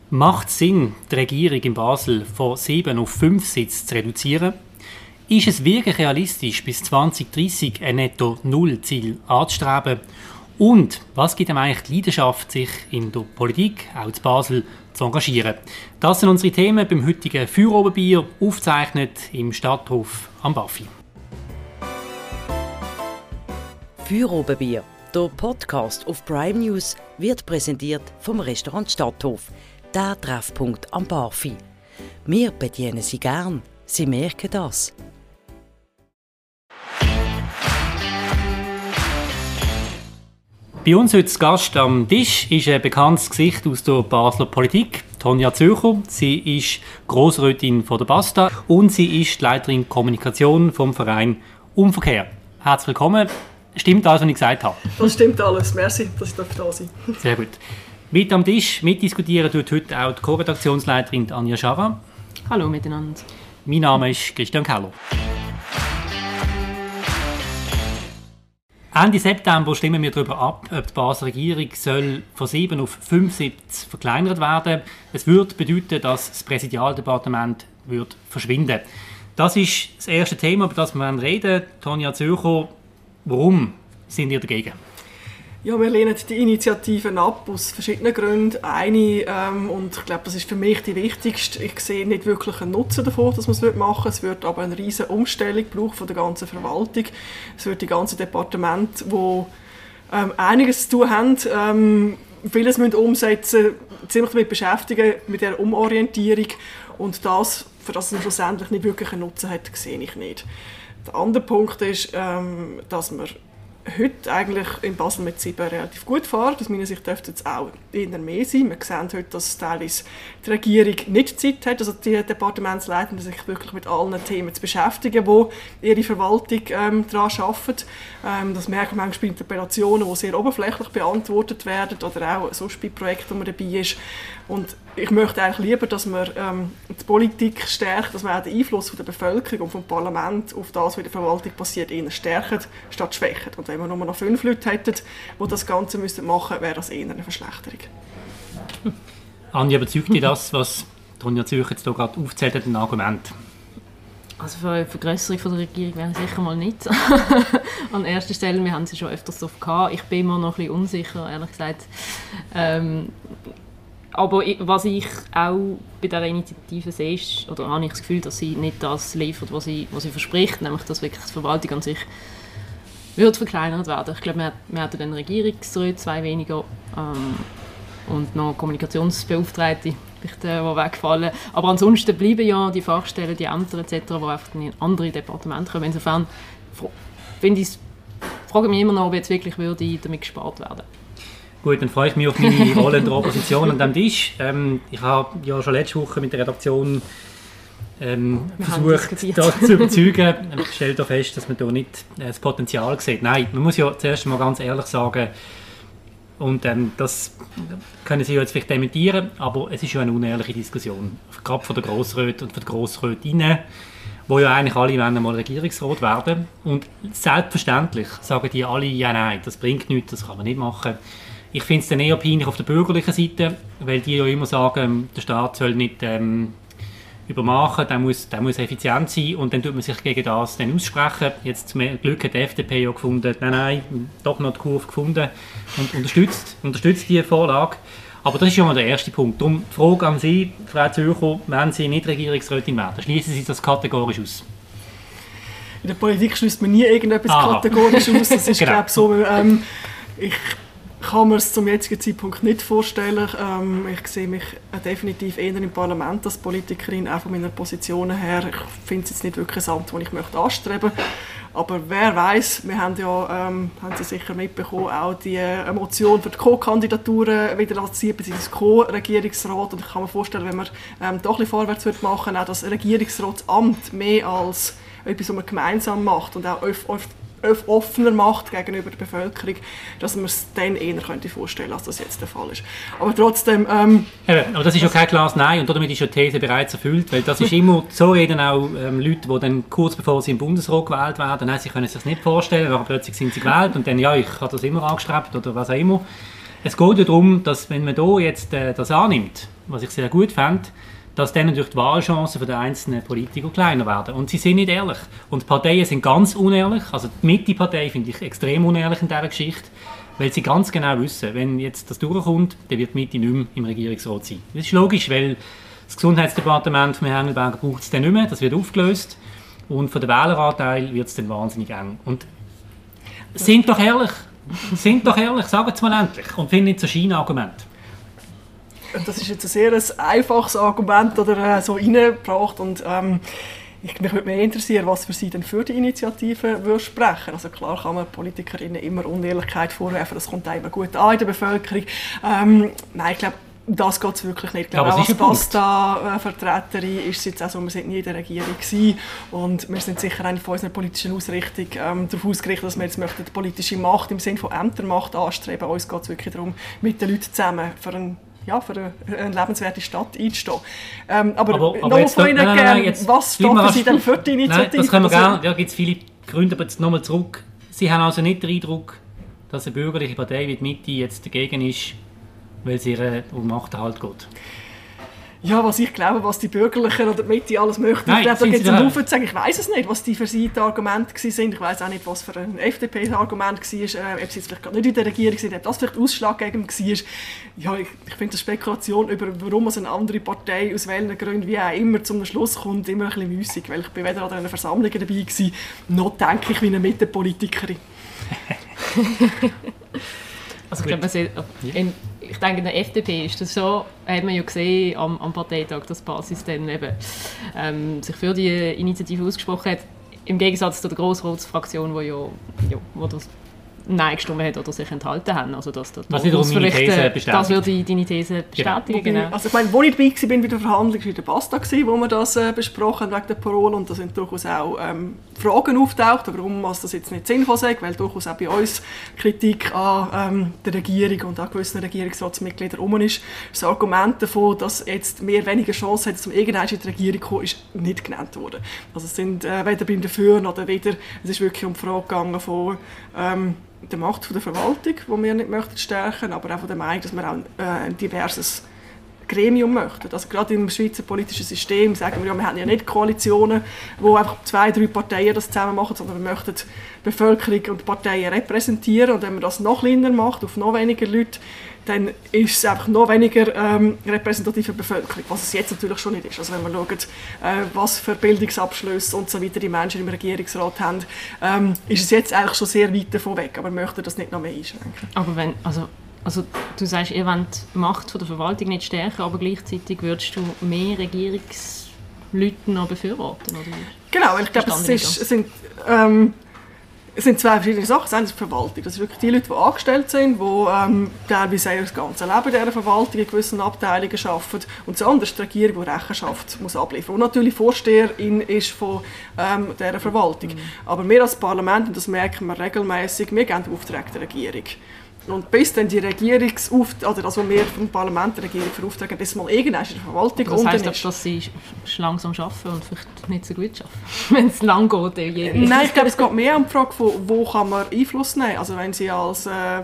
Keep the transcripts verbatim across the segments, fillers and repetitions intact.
Macht es Sinn, die Regierung in Basel von sieben auf fünf Sitze zu reduzieren? Ist es wirklich realistisch, bis zwanzig dreißig ein Netto-Null-Ziel anzustreben? Und was gibt einem eigentlich die Leidenschaft, sich in der Politik, auch in Basel, zu engagieren? Das sind unsere Themen beim heutigen Feuerobenbier, aufgezeichnet im Stadthof am Bafi. Feuerobenbier, der Podcast auf Prime News, wird präsentiert vom Restaurant Stadthof, der Treffpunkt am Bafi. Wir bedienen Sie gern, Sie merken das. Bei uns heute zu Gast am Tisch ist ein bekanntes Gesicht aus der Basler Politik, Tonja Zürcher. Sie ist Grossrätin von der Basta und sie ist die Leiterin Kommunikation vom Verein Umverkehr. Herzlich willkommen. Stimmt alles, was ich gesagt habe? Das stimmt alles. Merci, dass ich da sein darf. Sehr gut. Mit am Tisch mitdiskutieren tut heute auch die Co-Redaktionsleiterin Anja Schara. Hallo miteinander. Mein Name ist Christian Keller. Ende September stimmen wir darüber ab, ob die Basler Regierung soll von sieben auf fünf Sitze verkleinert werden. Es würde bedeuten, dass das Präsidialdepartement wird verschwinden. Das ist das erste Thema, über das wir reden. Tonja Zürcher, warum sind ihr dagegen? Ja, wir lehnen die Initiativen ab, aus verschiedenen Gründen. Eine, ähm, und ich glaube, das ist für mich die wichtigste, ich sehe nicht wirklich einen Nutzen davon, dass man es machen würde. Es wird aber eine riesige Umstellung brauchen von der ganzen Verwaltung. Es wird die ganzen Departemente, die ähm, einiges zu tun haben, ähm, vieles müssen umsetzen, ziemlich damit beschäftigen, mit der Umorientierung. Und das, für das es schlussendlich nicht wirklich einen Nutzen hat, sehe ich nicht. Der andere Punkt ist, ähm, dass wir heute eigentlich in Basel mit sieben relativ gut fahren. Aus meiner Sicht dürfte es auch eher mehr sein. Wir sehen heute, dass teilweise die Regierung nicht Zeit hat, also die Departementsleitenden sich wirklich mit allen Themen zu beschäftigen, wo ihre Verwaltung ähm, daran arbeitet. Ähm, das merkt man manchmal bei Interpellationen, die sehr oberflächlich beantwortet werden oder auch sonst bei Projekten, wo man dabei ist. Und ich möchte eigentlich lieber, dass man ähm, die Politik stärkt, dass man auch den Einfluss von der Bevölkerung und vom Parlament auf das, was in der Verwaltung passiert, eher stärkt, statt schwächt. Und wenn wir nur noch fünf Leute hätten, die das Ganze machen müssten, wäre das eher eine Verschlechterung. Anja, überzeugt dich das, was Tonja Zürcher jetzt hier gerade aufzählt hat, ein Argument? Also für eine Vergrösserung von der Regierung wäre sicher mal nicht. An erster Stelle, wir haben sie schon öfters drauf gehabt. Ich bin mir noch ein bisschen unsicher, ehrlich gesagt. Ähm, aber was ich auch bei dieser Initiative sehe, ist, oder habe ich das Gefühl, dass sie nicht das liefert, was sie, was sie verspricht, nämlich dass wirklich die Verwaltung an sich wird verkleinert werden. Ich glaube, wir, wir hatten dann Regierungsräte, zwei weniger, ähm, und noch Kommunikationsbeauftragte, die wegfallen. Aber ansonsten bleiben ja die Fachstellen, die Ämter et cetera, die einfach in andere Departemente kommen. Insofern finde ich, frage ich mich immer noch, ob jetzt wirklich würde damit gespart werden. Gut, dann freue ich mich auf meine Rolle in der Opposition an diesem Tisch. Ähm, ich habe ja schon letzte Woche mit der Redaktion ähm, versucht, das zu überzeugen. Ich stelle da fest, dass man da nicht äh, das Potenzial sieht. Nein, man muss ja zuerst mal ganz ehrlich sagen, und ähm, das können Sie ja jetzt vielleicht dementieren, aber es ist ja eine unehrliche Diskussion. Gerade von den Grossräten und von den Grossrätinnen, wo ja eigentlich alle wollen mal Regierungsrat werden. Und selbstverständlich sagen die alle, ja nein, das bringt nichts, das kann man nicht machen. Ich finde es dann eher peinlich auf der bürgerlichen Seite, weil die ja immer sagen, der Staat soll nicht ähm, übermachen, der muss, der muss effizient sein, und dann tut man sich gegen das dann aussprechen. Jetzt zum Glück hat die F D P ja gefunden, nein, nein, doch noch die Kurve gefunden und unterstützt, unterstützt diese Vorlage. Aber das ist schon mal der erste Punkt. Darum die Frage an Sie, Frau Zürcher, wenn Sie nicht Regierungsrätin werden, schließen Sie das kategorisch aus? In der Politik schließt man nie irgendetwas Aha. kategorisch aus. Das ist, Genau. glaube so. Ähm, ich kann mir es zum jetzigen Zeitpunkt nicht vorstellen. Ähm, ich sehe mich definitiv eher im Parlament als Politikerin, auch von meiner Position her. Ich finde es jetzt nicht wirklich ein Amt, das ich möchte anstreben möchte. Aber wer weiß, wir haben ja, ähm, haben Sie sicher mitbekommen, auch die äh, Motion für die Co-Kandidaturen wieder lanciert, beziehungsweise das Co-Regierungsrat. Und ich kann mir vorstellen, wenn man ähm, doch ein bisschen vorwärts machen würde, auch das Regierungsratsamt mehr als etwas, was man gemeinsam macht und auch oft, oft offener macht gegenüber der Bevölkerung, dass man es dann eher könnte vorstellen, als das jetzt der Fall ist. Aber trotzdem... Ähm, Eben, aber das ist ja kein klares Nein, und damit ist ja die These bereits erfüllt, weil das ist immer, so reden auch ähm, Leute, die dann kurz bevor sie im Bundesrat gewählt werden, nein, sie können sich das nicht vorstellen, aber plötzlich sind sie gewählt und dann, ja, ich habe das immer angestrebt oder was auch immer. es geht ja darum, dass wenn man hier jetzt äh, das annimmt, was ich sehr gut fände, dass dann natürlich die Wahlchancen der einzelnen Politiker kleiner werden. Und sie sind nicht ehrlich. Und die Parteien sind ganz unehrlich. Also die Mitte-Partei finde ich extrem unehrlich in dieser Geschichte, weil sie ganz genau wissen, wenn jetzt das durchkommt, dann wird die Mitte nicht mehr im Regierungsrat sein. Das ist logisch, weil das Gesundheitsdepartement von Herrn Engelberger braucht es dann nicht mehr, das wird aufgelöst. Und von der Wähleranteil wird es dann wahnsinnig eng. Und sind doch ehrlich, sind doch ehrlich, sagen es mal endlich. Und finden nicht so Scheinargument. Das ist jetzt ein sehr einfaches Argument oder äh, so reingebracht und ähm, ich, mich würde mehr interessieren, was für Sie denn für die Initiative würde sprechen. Also klar kann man Politikerinnen immer Unehrlichkeit vorwerfen, das kommt auch immer gut an in der Bevölkerung. Ähm, nein, ich glaube, das geht es wirklich nicht. Ich glaube, ja, auch als Basta-Vertreterin ist es jetzt auch so, wir sind nie in der Regierung gewesen und wir sind sicher auch von unserer politischen Ausrichtung ähm, darauf ausgerichtet, dass wir jetzt möchten, die politische Macht im Sinne von Ämtermacht anstreben. Uns geht es wirklich darum, mit den Leuten zusammen für einen ja, für eine, eine lebenswerte Stadt einzustehen. Ähm, aber aber, aber noch jetzt, von Ihnen nein, nein, nein, gerne, was stoppen Sie denn für die Initiative? Nein, das können wir gerne, da gibt es viele Gründe, aber jetzt nochmal zurück. Sie haben also nicht den Eindruck, dass eine bürgerliche Partei wie die Mitte jetzt dagegen ist, weil es ihr um Machterhalt geht? Ja, was ich glaube, was die Bürgerlichen oder die Mitte alles möchten. Nein, ich glaube, da gibt es da einen Haufen zu sagen. Ich weiß es nicht, was die für sie die Argumente waren. Ich weiß auch nicht, was für ein F D P-Argument war. Äh, ob sie jetzt vielleicht gar nicht in der Regierung sind, ob das vielleicht ausschlaggebend war. Ja, ich, ich finde die Spekulation über, warum eine andere Partei aus welchen Gründen wie auch immer zum Schluss kommt, immer ein bisschen müßig. Weil ich bin weder an einer Versammlung dabei war, noch denke ich wie eine Mittepolitikerin. Also ich, glaube, in, ich denke, in der F D P ist das so, hat man ja gesehen am, am Parteitag, dass die Basis dann eben, ähm, sich für die Initiative ausgesprochen hat, im Gegensatz zu der Grossratsfraktion, die ja, ja wo das Nein gestimmt hat oder sich enthalten haben. Also dass das, das, das, meine These das würde deine These bestätigen. Genau. Genau. Also ich meine, wo ich dabei war bei der Verhandlung, war der Basta, wo wir das äh, besprochen haben wegen der Parole, und da sind durchaus auch ähm, Fragen auftaucht, warum was das jetzt nicht sinnvoll sagt, weil durchaus auch bei uns Kritik an ähm, der Regierung und an gewissen Regierungsratsmitgliedern rum ist. Das Argument davon, dass jetzt mehr weniger Chance hat, um irgendwann in die Regierung zu kommen, ist nicht genannt worden. Also es sind äh, weder beim Dafür noch wieder, es ist wirklich um die Frage gegangen von ähm, der Macht von der Verwaltung, die wir nicht möchten stärken, aber auch von der Meinung, dass wir auch äh, ein diverses Gremium möchten. Also gerade im Schweizer politischen System sagen wir ja, wir haben ja nicht Koalitionen, wo einfach zwei, drei Parteien das zusammen machen, sondern wir möchten die Bevölkerung und die Parteien repräsentieren, und wenn man das noch kleiner macht, auf noch weniger Leute, dann ist es einfach noch weniger ähm, repräsentative Bevölkerung, was es jetzt natürlich schon nicht ist. Also wenn man schaut, äh, was für Bildungsabschlüsse und so weiter die Menschen im Regierungsrat haben, ähm, ist es jetzt eigentlich schon sehr weit davon weg, aber wir möchten das nicht noch mehr einschränken. Aber wenn, also, also du sagst, ihr wollt die Macht von der Verwaltung nicht stärken, aber gleichzeitig würdest du mehr Regierungsleute noch befürworten, oder? Genau, weil ich glaube, es, ist, es sind... Ähm, Es sind zwei verschiedene Sachen. Das eine ist die Verwaltung. Das sind wirklich die Leute, die angestellt sind, die ähm, teilweise das ganze Leben in dieser Verwaltung in gewissen Abteilungen arbeiten. Und das andere ist die Regierung, die Rechenschaft muss abliefern muss. Und natürlich Vorsteherin ist von ähm, dieser Verwaltung. Mhm. Aber wir als Parlament, und das merken wir regelmäßig, wir geben Aufträge der Regierung. Und bis dann die Regierungsauftrag, oder das, was wir vom Parlament der Regierung beauftragen, bis mal irgendwann in der Verwaltung das heisst, unten ist. Dass sie langsam arbeiten und vielleicht nicht so gut arbeiten, wenn es lang geht. Nein, ich glaube, es geht mehr um die Frage, von, wo kann man Einfluss nehmen. Also wenn Sie als äh,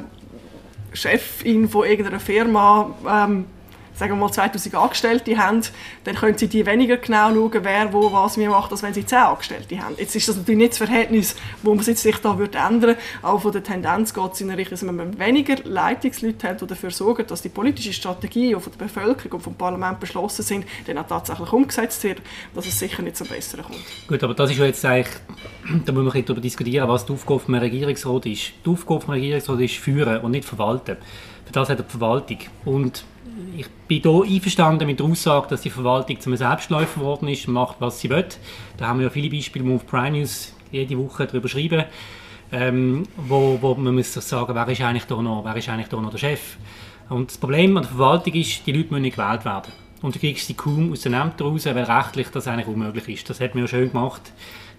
Chefin von irgendeiner Firma ähm, sagen wir mal zweitausend Angestellte haben, dann können Sie die weniger genau schauen, wer wo was wie macht, als wenn Sie zehn Angestellte haben. Jetzt ist das natürlich nicht das Verhältnis, wo man sich da würde ändern, aber von der Tendenz geht es in eine Richtung, dass man weniger Leitungsleute hat, die dafür sorgen, dass die politische Strategie, die von der Bevölkerung und vom Parlament beschlossen sind, dann auch tatsächlich umgesetzt wird, dass es sicher nicht zum Besseren kommt. Gut, aber das ist ja jetzt eigentlich, da müssen wir darüber diskutieren, was die Aufgabe vom Regierungsrat ist. Die Aufgabe vom Regierungsrat ist führen und nicht verwalten. Für das hat er die Verwaltung. Und ich bin hier einverstanden mit der Aussage, dass die Verwaltung zum Selbstläufer geworden ist und macht, was sie will. Da haben wir ja viele Beispiele, wo wir auf Prime News jede Woche darüber schreiben, ähm, wo, wo man muss sich sagen, wer ist eigentlich da noch, wer ist eigentlich da noch der Chef. Und das Problem an der Verwaltung ist, die Leute müssen nicht gewählt werden. Und du kriegst sie kaum aus den Ämtern raus, weil rechtlich das eigentlich unmöglich ist. Das hat man ja schön gemacht,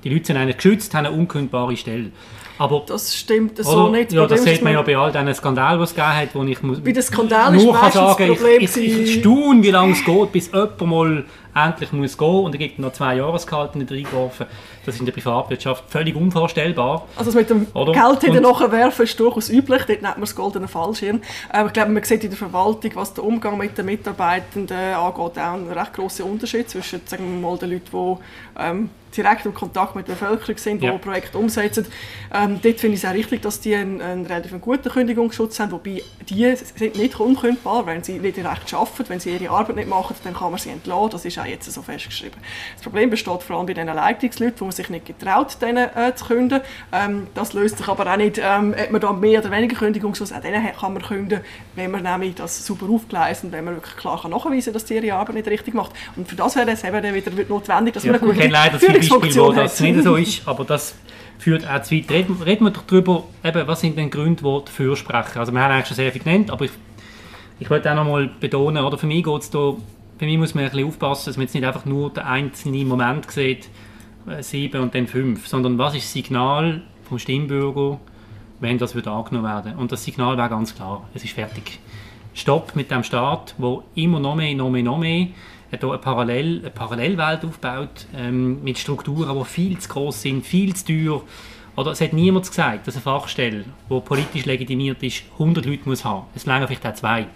Die Leute sind eigentlich geschützt, haben eine unkündbare Stelle. Aber, das stimmt so oder? nicht. Ja, das sieht man ja bei all diesen Skandalen, die es gegeben hat, wo ich muss, bei den Skandalen nur kann sagen, das Problem ich, ich, ich staune, wie lange es geht, bis jemand mal endlich muss gehen und dann gibt es noch zwei Jahresgehalt reingeworfen. Das ist in der Privatwirtschaft völlig unvorstellbar. Also das mit dem oder? Geld hinten nachwerfen ist durchaus üblich, dort nennt man das goldene Fallschirm. Aber ich glaube, man sieht in der Verwaltung, was der Umgang mit den Mitarbeitenden angeht, auch einen recht grossen Unterschied zwischen, sagen wir mal, den Leuten, die ähm, direkt im Kontakt mit der Bevölkerung sind, die ja. Projekte umsetzen. Ähm, dort finde ich es auch richtig, dass die einen, einen relativ guten Kündigungsschutz haben, wobei die sind nicht unkündbar, wenn sie nicht recht arbeiten, wenn sie ihre Arbeit nicht machen, dann kann man sie entlassen, das ist auch jetzt so festgeschrieben. Das Problem besteht vor allem bei den Leitungsleuten, wo man sich nicht getraut, denen äh, zu kündigen. Ähm, das löst sich aber auch nicht, ähm, ob man da mehr oder weniger Kündigungsschutz, auch denen kann man kündigen, wenn man nämlich das super aufgleist und wenn man wirklich klar kann nachweisen kann, dass die ihre Arbeit nicht richtig macht. Und für das wäre es eben wieder notwendig, dass ja, man eine gute Führungsfunktion hat. Das nicht so ist, aber das führt auch zu weit. Reden, reden wir doch darüber, eben, was sind denn Gründe, die dafür sprechen. Also wir haben eigentlich schon sehr viel genannt, aber ich, ich wollte auch noch mal betonen, oder für mich geht's da, für mich muss man ein bisschen aufpassen, dass man jetzt nicht einfach nur den einzelnen Moment sieht, äh, sieben und dann fünf, sondern was ist das Signal vom Stimmbürger, wenn das wird angenommen werden. Und das Signal wäre ganz klar, es ist fertig. Stopp mit dem Staat, wo immer noch mehr, noch mehr, noch mehr hier eine, Parallel, eine Parallelwelt aufbaut, ähm, mit Strukturen, die viel zu gross sind, viel zu teuer. Oder es hat niemand gesagt, dass eine Fachstelle, die politisch legitimiert ist, hundert Leute muss haben. Es reichen vielleicht auch zwei.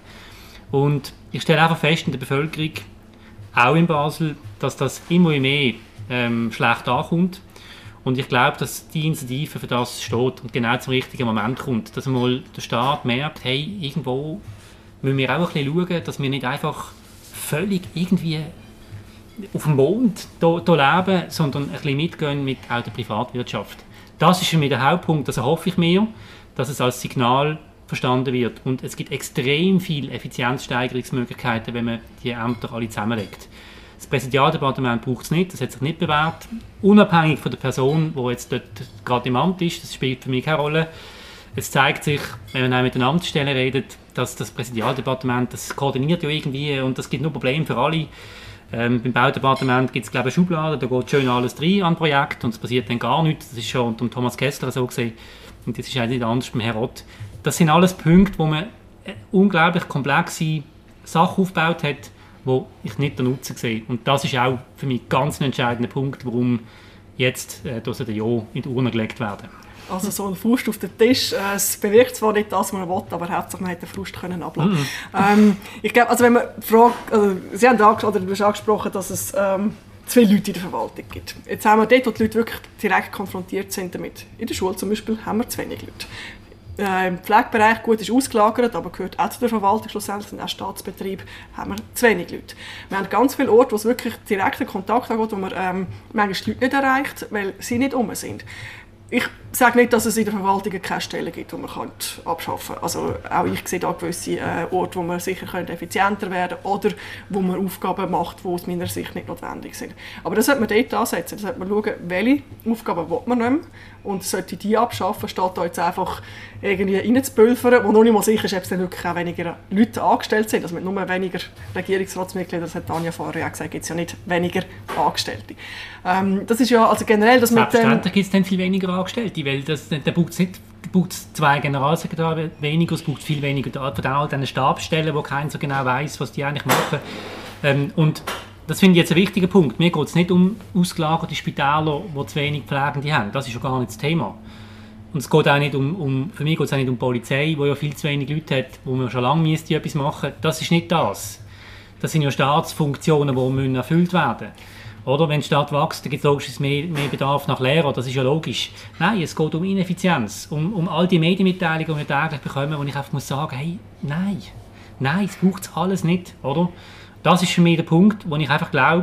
Und ich stelle einfach fest in der Bevölkerung, auch in Basel, dass das immer mehr ähm, schlecht ankommt. Und ich glaube, dass die Initiative für das steht und genau zum richtigen Moment kommt. Dass mal der Staat merkt, hey, irgendwo müssen wir auch ein bisschen schauen, dass wir nicht einfach völlig irgendwie auf dem Mond hier, hier leben, sondern ein bisschen mitgehen mit auch der Privatwirtschaft. Das ist für mich der Hauptpunkt, das hoffe ich mir, dass es als Signal verstanden wird. Und es gibt extrem viele Effizienzsteigerungsmöglichkeiten, wenn man die Ämter alle zusammenlegt. Das Präsidialdepartement braucht es nicht, das hat sich nicht bewährt. Unabhängig von der Person, die jetzt dort gerade im Amt ist, das spielt für mich keine Rolle. Es zeigt sich, wenn man auch mit den Amtsstellen redet, dass das Präsidialdepartement, das koordiniert ja irgendwie und das gibt nur Probleme für alle. Ähm, beim Baudepartement gibt es, glaube ich, eine Schublade, da geht schön alles rein an Projekt und es passiert dann gar nichts. Das ist schon unter Thomas Kessler so gesehen und das ist auch nicht anders beim Herrn Roth. Das sind alles Punkte, wo man unglaublich komplexe Sachen aufgebaut hat, wo ich nicht den Nutzen sehe. Und das ist auch für mich ganz ein entscheidender Punkt, warum jetzt äh, das Ja in die Urne gelegt werden. Also so ein Frust auf den Tisch, äh, es bewirkt zwar nicht das, was man will, aber hauptsächlich man hätte den Frust können ablassen. Mm. Ähm, ich glaube, also wenn man fragt, also Sie haben da, oder du hast angesprochen, dass es ähm, zwei Leute in der Verwaltung gibt. Jetzt haben wir dort, wo die Leute wirklich direkt konfrontiert sind damit. In der Schule zum Beispiel haben wir zu wenig Leute. Äh, Im Pflegebereich gut ist ausgelagert, aber gehört auch zu der Verwaltung schlussendlich, sind auch Staatsbetriebe, haben wir zu wenig Leute. Wir haben ganz viele Orte, wo es wirklich direkten Kontakt angeht, wo man ähm, manchmal die Leute nicht erreicht, weil sie nicht um sind. Ich sage nicht, dass es in der Verwaltung keine Stellen gibt, die man abschaffen kann. Also auch ich sehe da gewisse äh, Orte, wo man sicher effizienter werden könnte oder wo man Aufgaben macht, die aus meiner Sicht nicht notwendig sind. Aber das sollte man dort ansetzen. Da sollte man schauen, welche Aufgaben will man nicht mehr und sollte die abschaffen, statt da jetzt einfach irgendwie reinzupülfern, wo noch nicht mal sicher ist, ob es dann wirklich auch weniger Leute angestellt sind. Also mit nur weniger Regierungsratsmitglieder, das hat Tanja vorher ja gesagt, gibt es ja nicht weniger Angestellte. Ähm, das ist ja also generell, dass mit Selbstverständlich gibt es dann viel weniger Angestellte, weil das, da braucht es nicht braucht's zwei Generalsekretäre weniger, es braucht viel weniger von all diesen Stabsstellen, wo keiner so genau weiß, was die eigentlich machen. Ähm, und das finde ich jetzt ein wichtiger Punkt. Mir geht es nicht um ausgelagerte Spitäler, die zu wenig Pflegende haben. Das ist ja gar nicht das Thema. Und es geht auch nicht um, um für mich geht es auch nicht um die Polizei, die ja viel zu wenig Leute hat, wo man schon lange müsste etwas machen. Das ist nicht das. Das sind ja Staatsfunktionen, die müssen erfüllt werden. Oder wenn die Stadt wächst, dann gibt es logisch mehr, mehr Bedarf nach Lehrern, das ist ja logisch. Nein, es geht um Ineffizienz, um, um all die Medienmitteilungen, die wir täglich bekommen, wo ich einfach muss sagen, hey, nein, nein, es braucht es alles nicht, oder? Das ist für mich der Punkt, wo ich einfach glaube,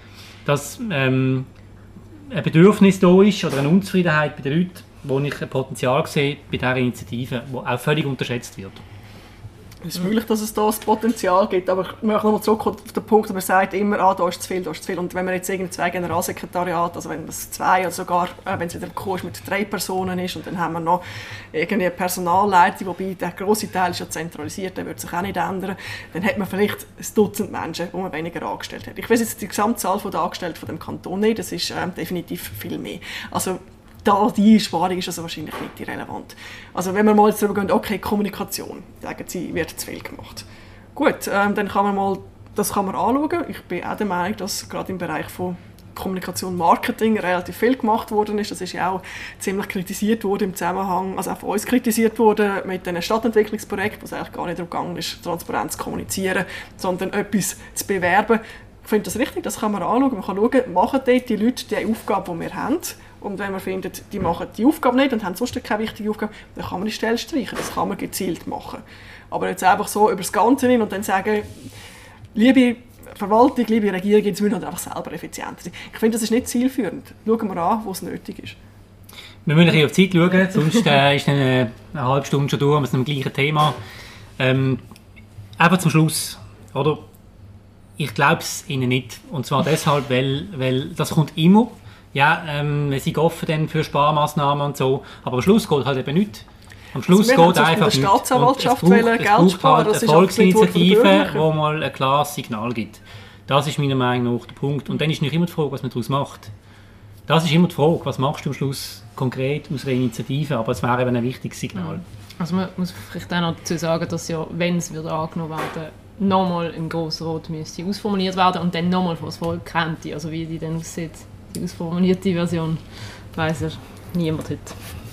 dass ähm, ein Bedürfnis da ist oder eine Unzufriedenheit bei den Leuten, wo ich ein Potenzial sehe bei dieser Initiative, die auch völlig unterschätzt wird. Es ist möglich, dass es da das Potenzial gibt, aber ich möchte nochmal zurückkommen auf den Punkt, wo man sagt immer, ah, da ist zu viel, da ist zu viel. Und wenn man jetzt irgendwie zwei Generalsekretariate, also wenn das zwei oder sogar, äh, wenn es wieder Kurs mit drei Personen ist und dann haben wir noch irgendwie eine Personalleitung, wobei der grosse Teil ist ja zentralisiert, der wird sich auch nicht ändern, dann hat man vielleicht ein Dutzend Menschen, die man weniger angestellt hat. Ich weiß jetzt die Gesamtzahl der Angestellten von dem Kanton nicht, das ist ähm, definitiv viel mehr. Also da die Einsparung ist also wahrscheinlich nicht irrelevant. Also wenn wir mal jetzt darüber gehen, okay, Kommunikation, sagen Sie, wird zu viel gemacht. Gut, ähm, dann kann man mal, das kann man anschauen. Ich bin auch der Meinung, dass gerade im Bereich von Kommunikation, Marketing relativ viel gemacht worden ist. Das ist ja auch ziemlich kritisiert worden im Zusammenhang, also auch von uns kritisiert worden mit einem Stadtentwicklungsprojekt, wo es eigentlich gar nicht darum gegangen ist, transparent zu kommunizieren, sondern etwas zu bewerben. Ich finde das richtig, das kann man anschauen. Man kann schauen, machen dort die Leute die Aufgabe, die wir haben. Und wenn man findet, die machen die Aufgabe nicht und haben sonst keine wichtige Aufgabe, dann kann man die Stelle streichen. Das kann man gezielt machen. Aber jetzt einfach so über das Ganze hin und dann sagen, liebe Verwaltung, liebe Regierung, jetzt müssen wir einfach selber effizienter sein. Ich finde, das ist nicht zielführend. Schauen wir an, wo es nötig ist. Wir müssen ein bisschen auf die Zeit schauen, sonst äh, ist dann eine, eine halbe Stunde schon durch mit dem gleichen Thema. Ähm, aber zum Schluss, oder? Ich glaube es Ihnen nicht. Und zwar deshalb, weil, weil das kommt immer. Ja, ähm, wir sind offen dann für Sparmaßnahmen und so, aber am Schluss geht halt eben nichts. Am Schluss also geht einfach nichts. Die Staatsanwaltschaft wollen Geld sparen, es braucht halt das eine ist Volksinitiative, die mal ein klares Signal gibt. Das ist meiner Meinung nach der Punkt. Und dann ist nicht immer die Frage, was man daraus macht. Das ist immer die Frage, was machst du am Schluss konkret aus einer Initiative, aber es wäre eben ein wichtiges Signal. Also man muss vielleicht auch noch dazu sagen, dass ja, wenn es wird angenommen werden, nochmal im Grossen Rat müsste ausformuliert werden und dann nochmal vor das Volk könnte. Also wie die dann aussieht, die ausformulierte Version, weiss ja niemand heute.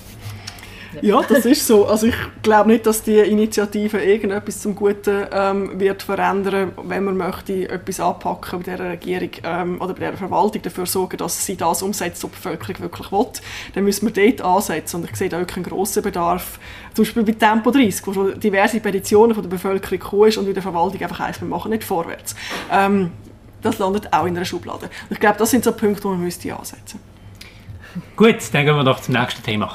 Ja, das ist so. Also ich glaube nicht, dass die Initiative irgendetwas zum Guten ähm, wird verändern, wenn man möchte etwas anpacken bei der Regierung ähm, oder bei der Verwaltung, dafür sorgen, dass sie das umsetzt, was die Bevölkerung wirklich will. Dann müssen wir dort ansetzen. Und ich sehe da wirklich einen grossen Bedarf. Zum Beispiel bei Tempo dreißig, wo schon diverse Petitionen von der Bevölkerung gekommen ist und in der Verwaltung einfach heisst, wir machen nicht vorwärts. Ähm, das landet auch in einer Schublade. Und ich glaube, das sind so Punkte, die man müsste ansetzen müsste. Gut, dann gehen wir doch zum nächsten Thema.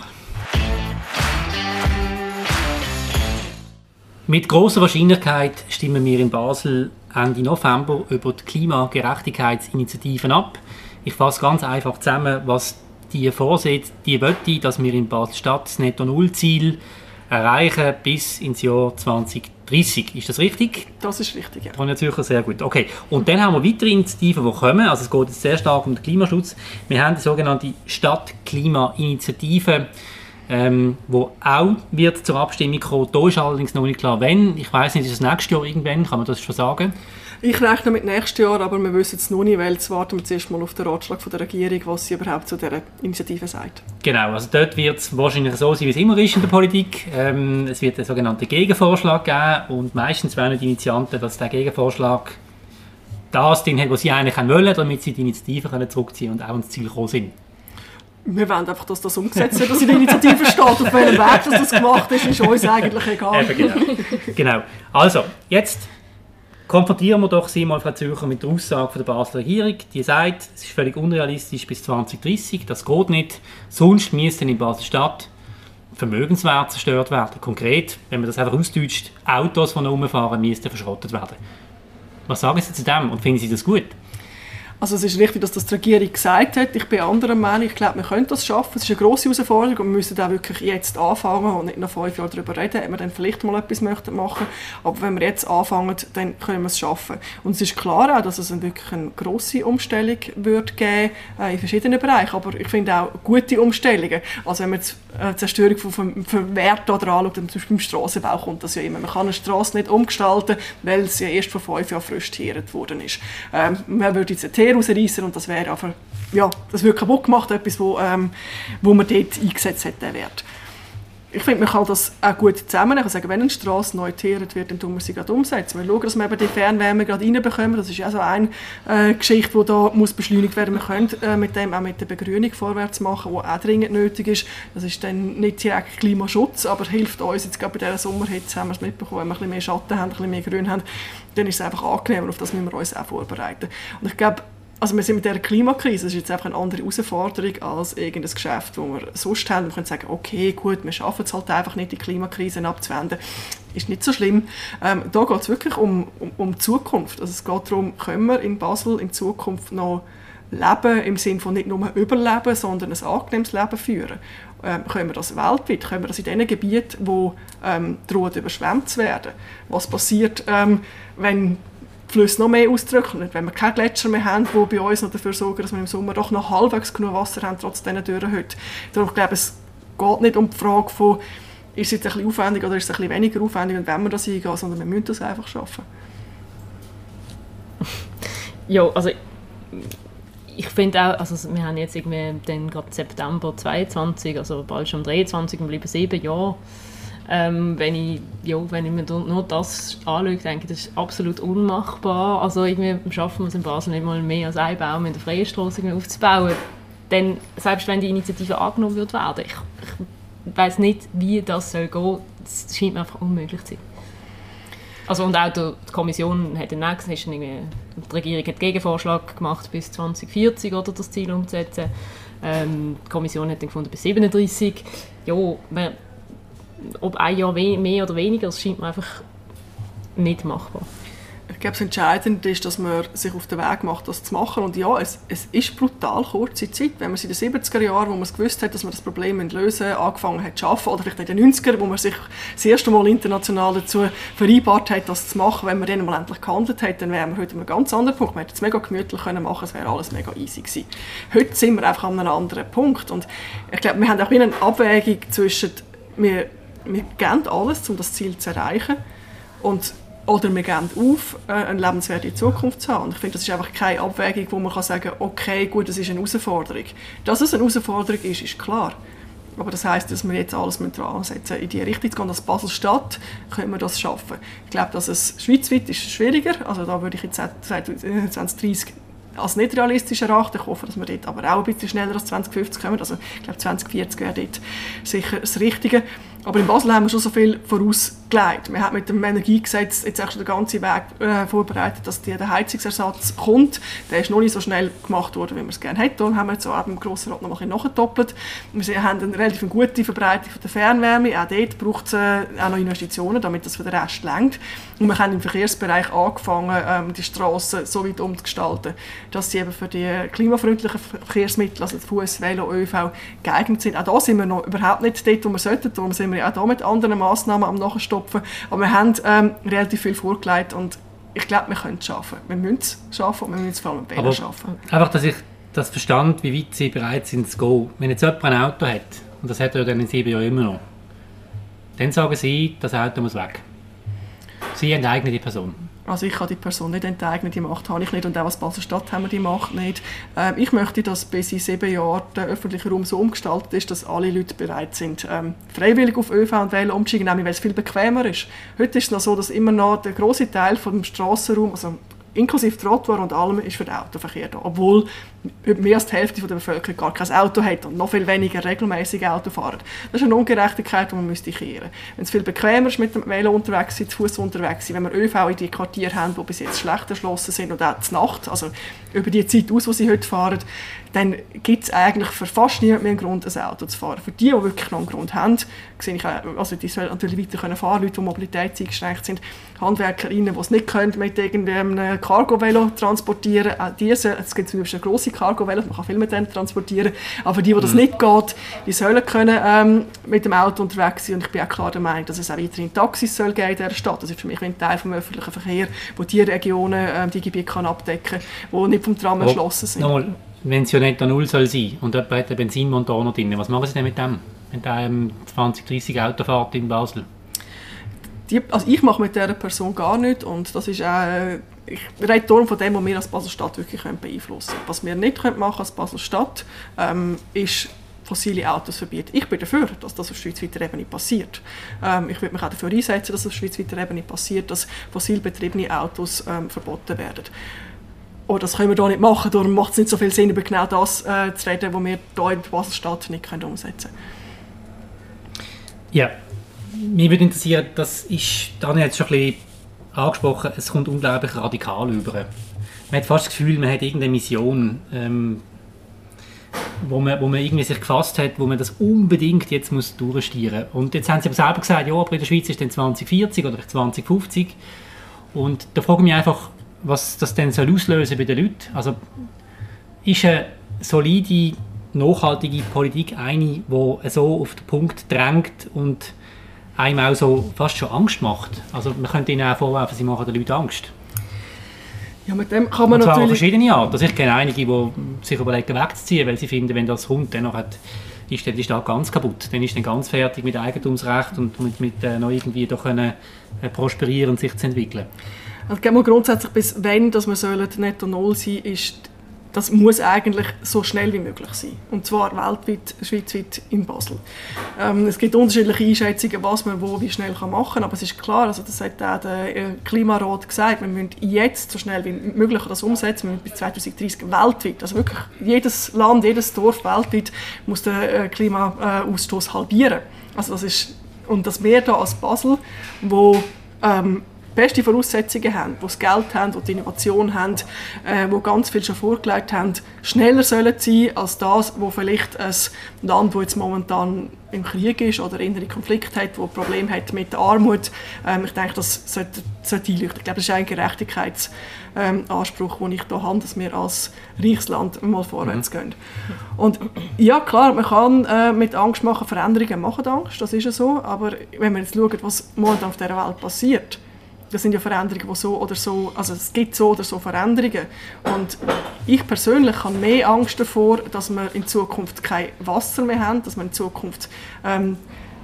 Mit grosser Wahrscheinlichkeit stimmen wir in Basel Ende November über die Klimagerechtigkeitsinitiativen ab. Ich fasse ganz einfach zusammen, was die vorsieht. Die möchte, dass wir in Basel-Stadt das Netto-Null-Ziel erreichen bis ins Jahr zwanzig dreißig. Ist das richtig? Das ist richtig, ja. Ronja Zürcher, sehr gut. Okay. Und dann haben wir weitere Initiativen, die kommen. Also es geht jetzt sehr stark um den Klimaschutz. Wir haben die sogenannte Stadtklimainitiative, ähm, wo auch wird zur Abstimmung kommen. Da ist allerdings noch nicht klar, wann. Ich weiss nicht, ist das nächstes Jahr irgendwann? Kann man das schon sagen? Ich rechne mit nächstes Jahr, aber wir wissen es noch nicht, weil jetzt warten wir zuerst mal auf den Ratschlag von der Regierung, was sie überhaupt zu dieser Initiative sagt. Genau, also dort wird es wahrscheinlich so sein, wie es immer ist in der Politik. Ähm, es wird einen sogenannten Gegenvorschlag geben und meistens wollen die Initianten, dass der Gegenvorschlag das drin hat, was sie eigentlich wollen, damit sie die Initiative können zurückziehen und auch ans Ziel gekommen sind. Wir wollen einfach, dass das umgesetzt wird, dass in der Initiative steht. Auf welchem Weg dass das gemacht ist, ist uns eigentlich egal. Eben, genau. Genau. Also, jetzt konfrontieren wir doch Sie mal, Frau Zürcher, mit der Aussage von der Basler Regierung. Die sagt, es ist völlig unrealistisch bis zwanzig dreißig, das geht nicht. Sonst müssten in Basel-Stadt Vermögenswerte zerstört werden. Konkret, wenn man das einfach ausdeutscht, Autos, die noch rumfahren, müssten verschrottet werden. Was sagen Sie zu dem und finden Sie das gut? Also es ist richtig, dass das die Regierung gesagt hat. Ich bin anderer Meinung. Ich glaube, wir können das schaffen. Es ist eine grosse Herausforderung und wir müssen auch wirklich jetzt anfangen und nicht nach fünf Jahren darüber reden, ob wir dann vielleicht mal etwas möchten machen. Aber wenn wir jetzt anfangen, dann können wir es schaffen. Und es ist klar auch, dass es wirklich eine grosse Umstellung wird geben äh, in verschiedenen Bereichen. Aber ich finde auch gute Umstellungen. Also wenn man jetzt äh, Zerstörung von, von, von Werten oder anschaut, zum Beispiel im Strassenbau kommt das ja immer. Man kann eine Strasse nicht umgestalten, weil sie ja erst vor fünf Jahren frisch tiert worden ist. Ähm, man würde jetzt eine rausreißen und das wäre einfach, ja, das wird kaputt gemacht, etwas, wo, ähm, wo man dort eingesetzt hätte, den Wert. Ich finde, man kann das auch gut zusammennehmen. Ich kann sagen, wenn eine Strasse neu tiert wird, dann tun wir sie gerade umsetzen. Wir schauen, dass wir eben die Fernwärme gerade reinbekommen. Das ist ja so eine äh, Geschichte, die da muss beschleunigt werden muss. Wir können äh, mit dem auch mit der Begrünung vorwärts machen, die auch dringend nötig ist. Das ist dann nicht direkt Klimaschutz, aber hilft uns jetzt gerade bei dieser Sommerhitze, haben wir es mitbekommen, wenn wir ein bisschen mehr Schatten haben, ein bisschen mehr Grün haben, dann ist es einfach angenehm und auf das müssen wir uns auch vorbereiten. Und ich glaube, Also wir sind mit dieser Klimakrise, das ist jetzt einfach eine andere Herausforderung als irgendein Geschäft, das wir sonst haben. Wir können sagen, okay, gut, wir schaffen es halt einfach nicht, die Klimakrise abzuwenden. Ist nicht so schlimm. Ähm, da geht es wirklich um, um, um die Zukunft. Also es geht darum, können wir in Basel in Zukunft noch leben, im Sinne von nicht nur überleben, sondern ein angenehmes Leben führen. Ähm, können wir das weltweit? Können wir das in den Gebieten, wo ähm, droht überschwemmt zu werden? Was passiert, ähm, wenn die Flüsse noch mehr austrocknen, wenn wir keine Gletscher mehr haben, die bei uns noch dafür sorgen, dass wir im Sommer doch noch halbwegs genug Wasser haben, trotz diesen Dürren heute. Darum glaube ich, es geht nicht um die Frage von, ist es jetzt ein bisschen aufwendig oder ist es ein bisschen weniger aufwendig und wenn wir das eingehen, sondern wir müssen das einfach schaffen. Ja, also ich finde auch, also wir haben jetzt irgendwie dann gerade September zweiundzwanzig, also bald schon dreiundzwanzig und bleiben sieben Jahre. Ähm, wenn, ich, ja, wenn ich mir nur das anschaue, denke ich, das ist absolut unmachbar. Also irgendwie schaffen wir es in Basel nicht mal mehr als einen Baum in der Freienstrasse aufzubauen. Denn selbst wenn die Initiative angenommen wird werden, ich, ich weiss nicht, wie das soll gehen. Das scheint mir einfach unmöglich zu sein. Also und auch die Kommission hat den nächsten, ist die Regierung hat einen Gegenvorschlag gemacht, bis zwanzig vierzig oder das Ziel umzusetzen. Ähm, die Kommission hat dann gefunden bis siebenunddreißig. Ja, man, ob ein Jahr mehr oder weniger, das scheint mir einfach nicht machbar. Ich glaube, das Entscheidende ist, dass man sich auf den Weg macht, das zu machen. Und ja, es, es ist brutal kurze Zeit. Wenn man es in den siebziger Jahren, wo man es gewusst hat, dass man das Problem lösen müssen, angefangen hat zu arbeiten, oder vielleicht in den neunzigern, wo man sich das erste Mal international dazu vereinbart hat, das zu machen, wenn man dann mal endlich gehandelt hat, dann wären wir heute an einem ganz anderen Punkt. Man hätte es mega gemütlich können machen, es wäre alles mega easy gewesen. Heute sind wir einfach an einem anderen Punkt. Und ich glaube, wir haben auch eine Abwägung zwischen, wir, wir geben alles, um das Ziel zu erreichen, und oder wir geben auf, eine lebenswerte Zukunft zu haben. Und ich finde, das ist einfach keine Abwägung, wo man kann sagen kann, okay, gut, das ist eine Herausforderung. Dass es eine Herausforderung ist, ist klar. Aber das heisst, dass wir jetzt alles dran ansetzen, in die Richtung zu gehen. Als Basel-Stadt können wir das schaffen. Ich glaube, dass es schweizweit ist schwieriger. Also da würde ich jetzt zwanzig dreißig als nicht realistisch erachten. Ich hoffe, dass wir dort aber auch ein bisschen schneller als zwanzig fünfzig kommen. Also ich glaube, zwanzig vierzig wäre dort sicher das Richtige. Aber in Basel haben wir schon so viel vorausgelegt. Wir haben mit dem Energiegesetz jetzt auch schon den ganzen Weg äh, vorbereitet, dass der Heizungsersatz kommt. Der ist noch nicht so schnell gemacht worden, wie wir es gerne hätten. Darum haben wir jetzt auch im Grossen Rat noch ein bisschen nachgedoppelt. Wir haben eine relativ gute Verbreitung von der Fernwärme. Auch dort braucht es äh, auch noch Investitionen, damit das für den Rest reicht. Und wir haben im Verkehrsbereich angefangen, ähm, die Strassen so weit umzugestalten, dass sie eben für die klimafreundlichen Verkehrsmittel, also Fuß, Velo, ÖV, geeignet sind. Auch da sind wir noch überhaupt nicht dort, wo wir sollten. Darum sind wir auch da mit anderen Massnahmen am Nachstopfen. Aber wir haben ähm, relativ viel vorgelegt und ich glaube, wir können es schaffen. Wir müssen es schaffen und wir müssen es vor allem mit Wählern schaffen. Einfach, dass ich das verstand, wie weit sie bereit sind zu gehen. Wenn jetzt jemand ein Auto hat, und das hat er dann in sieben Jahren immer noch, dann sagen sie, das Auto muss weg. Sie enteignen die Person. Also ich kann die Person nicht enteignen, die Macht habe ich nicht und auch als Basel-Stadt haben wir die Macht nicht. Ähm, ich möchte, dass bis in sieben Jahren der öffentliche Raum so umgestaltet ist, dass alle Leute bereit sind, ähm, freiwillig auf ÖV und Velo umzusteigen, nämlich weil es viel bequemer ist. Heute ist es noch so, dass immer noch der grosse Teil vom Strassenraum, also inklusive Trottoir und allem, ist für den Autoverkehr da. Obwohl mehr als die Hälfte der Bevölkerung gar kein Auto hat und noch viel weniger regelmäßig Auto fahren. Das ist eine Ungerechtigkeit, die man müsste kehren. Wenn es viel bequemer ist, mit dem Velo unterwegs zu sein, zu Fuß unterwegs zu sein, wenn wir ÖV in die Quartiere haben, die bis jetzt schlecht erschlossen sind und auch zur Nacht, also über die Zeit aus, die sie heute fahren, dann gibt es eigentlich für fast niemand mehr einen Grund, ein Auto zu fahren. Für die, die wirklich noch einen Grund haben, sehe ich auch, also die sollen natürlich weiter können fahren, Leute, die Mobilität eingeschränkt sind, HandwerkerInnen, die es nicht können, mit irgendeinem Cargo-Velo transportieren, auch diese, es gibt zum Beispiel grosse Cargo-Velos, man kann viel mit denen transportieren, aber die, die das nicht geht, die sollen können ähm, mit dem Auto unterwegs sein und ich bin auch klar der Meinung, dass es auch weiterhin Taxis soll geben in dieser Stadt. Das ist für mich ein Teil des öffentlichen Verkehrs, wo die Regionen, ähm, die Gebiete kann abdecken kann, die nicht vom Tram oh, erschlossen sind. Nochmal, wenn es ja nicht an Null soll sein und jemand hat einen Benzinmotor drin, was machen Sie denn mit dem, wenn der zwanzig, dreissig Auto fährt in Basel? Die, also ich mache mit dieser Person gar nichts und das ist auch, äh, ich rede darum von dem, was wir als Basel-Stadt wirklich beeinflussen können. Was wir nicht machen können als Basel-Stadt, ähm, ist fossile Autos verbieten. Ich bin dafür, dass das auf schweizweiter Ebene passiert. Ähm, ich würde mich auch dafür einsetzen, dass das auf schweizweiter Ebene passiert, dass fossil betriebene Autos ähm, verboten werden. Oh, das können wir hier nicht machen, darum macht es nicht so viel Sinn, über genau das äh, zu reden, was wir hier in der Basel-Stadt nicht können umsetzen können. Ja, mich würde interessieren, das ist, Daniel hat es schon ein bisschen angesprochen, es kommt unglaublich radikal über. man hat fast das Gefühl, man hat irgendeine Mission, ähm, wo man, wo man irgendwie sich gefasst hat, wo man das unbedingt jetzt muss durchstieren muss. Und jetzt haben sie aber selber gesagt, ja, aber in der Schweiz ist dann zwanzig vierzig oder zwanzig fünfzig. Und da frage ich mich einfach, was das denn soll auslösen bei den Leuten. Also ist eine solide, nachhaltige Politik eine, die so auf den Punkt drängt und einem auch so fast schon Angst macht? Also man könnte ihnen auch vorwerfen, sie machen den Leuten Angst. Ja, mit dem kann man und zwar natürlich... auf verschiedene Arten. Also ich kenne einige, die sich überlegen, wegzuziehen, weil sie finden, wenn das kommt, dann hat, ist die Stadt ganz kaputt. Dann ist dann ganz fertig mit Eigentumsrecht und mit, mit äh, noch irgendwie da können, äh, prosperieren und sich zu entwickeln. Also grundsätzlich, bis wenn dass wir netto null sein sollen, ist, das muss eigentlich so schnell wie möglich sein. Und zwar weltweit, schweizweit in Basel. Ähm, es gibt unterschiedliche Einschätzungen, was man wo wie schnell kann machen kann, aber es ist klar, also das hat auch der Klimarat gesagt, wir müssen jetzt so schnell wie möglich das umsetzen, wir müssen bis zwanzig dreissig weltweit, also wirklich jedes Land, jedes Dorf weltweit muss den Klimaausstoß halbieren. Also das ist, und dass wir da als Basel, wo ähm, beste Voraussetzungen haben, die das Geld haben, die die Innovation haben, äh, die ganz viel schon vorgelegt haben, schneller sollen sein als das, wo vielleicht ein Land, das jetzt momentan im Krieg ist oder innere Konflikt hat, das Probleme hat mit der Armut. Ähm, ich denke, das sollte, sollte einleuchten. Ich glaube, das ist ein Gerechtigkeitsanspruch, ähm, den ich hier habe, dass wir als reiches Land mal vorwärts mhm. gehen. Und ja, klar, man kann äh, mit Angst machen, Veränderungen machen Angst, das ist ja so, aber wenn wir jetzt schauen, was momentan auf dieser Welt passiert, das sind ja Veränderungen, die so oder so, also es gibt so oder so Veränderungen. Und ich persönlich habe mehr Angst davor, dass wir in Zukunft kein Wasser mehr haben, dass wir in Zukunft ähm,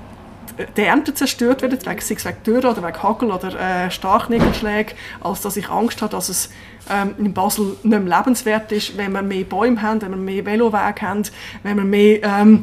die Ernte zerstört werden, sei es wegen Dürre oder wegen Hagel oder äh, Starkniederschlägen, als dass ich Angst habe, dass es ähm, in Basel nicht mehr lebenswert ist, wenn wir mehr Bäume haben, wenn wir mehr Velowege haben, wenn wir mehr, ähm,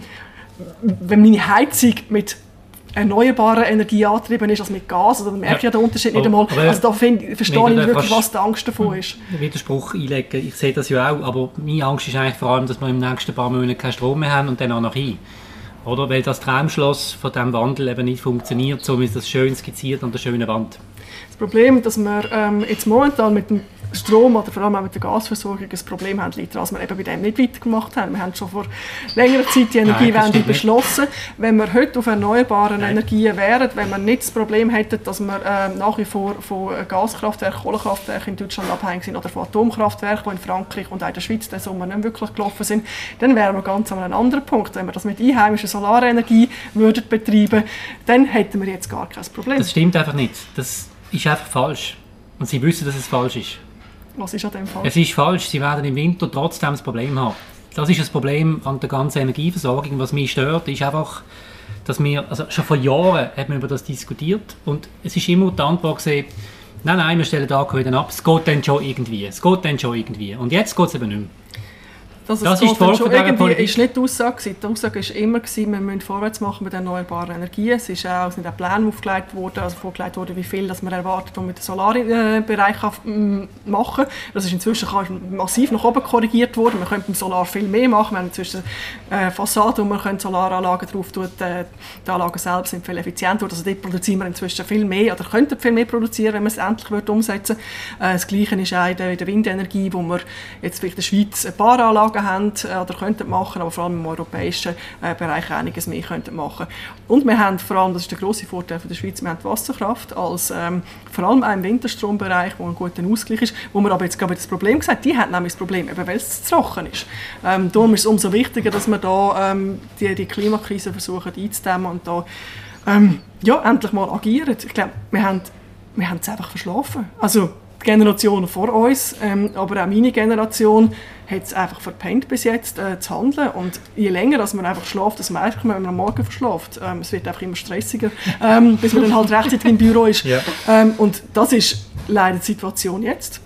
wenn meine Heizung mit erneuerbare Energie angetrieben ist als mit Gas. Also, da merke ich ja den Unterschied nicht einmal. Also da find, verstehe ich wirklich, was die Angst davon ist. Widerspruch einlegen, ich sehe das ja auch, aber meine Angst ist eigentlich vor allem, dass wir im nächsten paar Monaten keinen Strom mehr haben und dann Anarchie. Oder? Weil das Traumschloss von diesem Wandel eben nicht funktioniert, so wie es das schön skizziert an der schönen Wand. Das Problem, dass wir ähm, jetzt momentan mit dem Strom oder vor allem auch mit der Gasversorgung ein Problem haben, liegt daran, dass wir eben bei dem nicht weitergemacht haben. Wir haben schon vor längerer Zeit die Energiewende beschlossen. Wenn wir heute auf erneuerbaren Nein. Energien wären, wenn wir nicht das Problem hätten, dass wir äh, nach wie vor von Gaskraftwerken, Kohlekraftwerken in Deutschland abhängig sind oder von Atomkraftwerken, die in Frankreich und auch in der Schweiz den Sommer nicht wirklich gelaufen sind, dann wären wir ganz an einem anderen Punkt. Wenn wir das mit einheimischer Solarenergie würden betreiben, dann hätten wir jetzt gar kein Problem. Das stimmt einfach nicht. Das ist einfach falsch. Und Sie wissen, dass es falsch ist. Was ist an dem falsch? Es ist falsch. Sie werden im Winter trotzdem das Problem haben. Das ist das Problem an der ganzen Energieversorgung. Was mich stört, ist einfach, dass wir, also schon vor Jahren hat man über das diskutiert und es ist immer die Antwort gewesen, nein, nein, wir stellen die Akku wieder ab, es geht dann schon irgendwie, es geht dann schon irgendwie. Und jetzt geht es eben nicht mehr. Das, das ist die Folge von dieser Politik. Ist nicht die Aussage. Die Aussage war immer, wir müssen vorwärts machen mit erneuerbaren Energien. Es ist auch, sind auch Pläne aufgelegt worden, also vorgelegt worden, wie viel das man erwartet, was man mit dem Solarbereich machen kann. Das ist inzwischen massiv nach oben korrigiert worden. Man könnte beim Solar viel mehr machen. Wir haben inzwischen äh, Fassaden, wo man Solaranlagen drauf tun kann. Die Anlagen selbst sind viel effizienter. Also dort produzieren wir inzwischen viel mehr oder könnten viel mehr produzieren, wenn man es endlich umsetzen würde. Äh, das Gleiche ist auch in der, in der Windenergie, wo wir jetzt vielleicht in der Schweiz ein paar Anlagen haben oder könnten machen, aber vor allem im europäischen äh, Bereich einiges mehr könnten machen. Und wir haben vor allem, das ist der grosse Vorteil von der Schweiz, wir haben die Wasserkraft als ähm, vor allem auch im Winterstrombereich, wo ein guter Ausgleich ist, wo wir aber jetzt gerade das Problem gesagt, die hat nämlich das Problem, eben weil es zu trocken ist. Ähm, darum ist es umso wichtiger, dass wir da ähm, die, die Klimakrise versuchen einzudämmen und da ähm, ja, endlich mal agieren. Ich glaube, wir haben wir haben es einfach verschlafen. Also die Generationen vor uns, ähm, aber auch meine Generation hat es einfach verpennt bis jetzt äh, zu handeln. Und je länger dass man einfach schläft, desto mehr wenn man am Morgen verschläft. Ähm, es wird einfach immer stressiger, ähm, bis man dann halt rechtzeitig im Büro ist. Ja. Ähm, und das ist leider die Situation jetzt.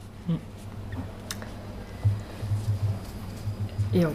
Ja.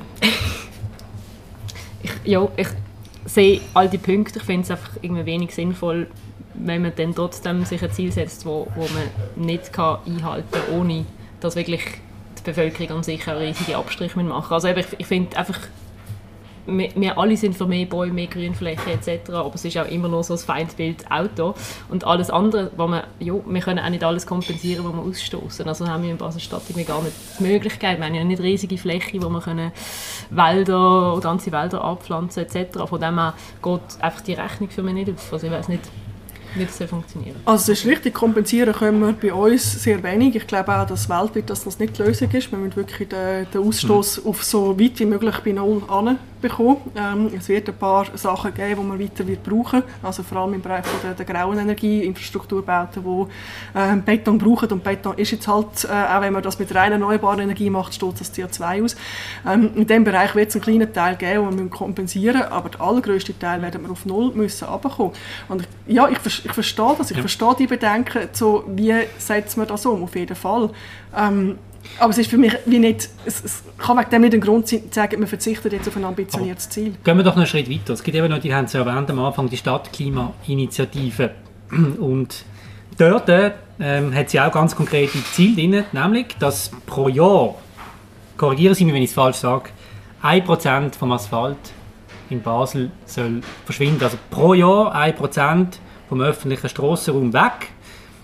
ich, ja, ich sehe all die Punkte. Ich finde es einfach irgendwie wenig sinnvoll, wenn man dann trotzdem sich ein Ziel setzt, wo, wo man nicht kann einhalten kann, ohne dass wirklich die Bevölkerung an sich auch riesige Abstriche machen. Also ich, ich finde einfach, wir, wir alle sind für mehr Bäume, mehr Grünfläche et cetera. Aber es ist auch immer noch so das Feindbild Auto. Und alles andere, wo man, ja, wir können auch nicht alles kompensieren, was wir ausstoßen. Also haben wir in Basel-Stadt gar nicht die Möglichkeit. Wir haben ja nicht riesige Flächen, wo wir können Wälder, ganze Wälder abpflanzen et cetera. Von dem her geht einfach die Rechnung für mich nicht auf. Also ich weiß nicht, wie das funktionieren. Also es ist richtig, kompensieren können wir bei uns sehr wenig. Ich glaube auch, dass weltweit dass das nicht die Lösung ist. Wir müssen wirklich den, den Ausstoß mhm. auf so weit wie möglich bei Null anbekommen. Ähm, es wird ein paar Sachen geben, die man weiter wird brauchen. Also vor allem im Bereich der, der grauen Energie, Infrastrukturbauten, die äh, Beton brauchen. Und Beton ist jetzt halt, äh, auch wenn man das mit reiner erneuerbarer Energie macht, stoßt das C O zwei aus. Ähm, in diesem Bereich wird es einen kleinen Teil geben, den wir kompensieren müssen, aber der allergrößte Teil werden wir auf Null müssen runterkommen. Und ich, ja, ich, ich verstehe das, ich ja. verstehe die Bedenken, so, wie setzt man das um, auf jeden Fall. Ähm, aber es ist für mich wie nicht, es, es kann wegen dem nicht ein Grund sein, zu sagen, man verzichtet jetzt auf ein ambitioniertes Ziel. Aber gehen wir doch noch einen Schritt weiter. Es gibt eben noch, die haben es ja erwähnt am Anfang, die Stadtklimainitiative. Und dort ähm, hat sie auch ganz konkrete Ziele drin, nämlich, dass pro Jahr, korrigieren Sie mich, wenn ich es falsch sage, ein Prozent vom Asphalt in Basel soll verschwinden. Also pro Jahr ein Prozent vom öffentlichen Strassenraum weg.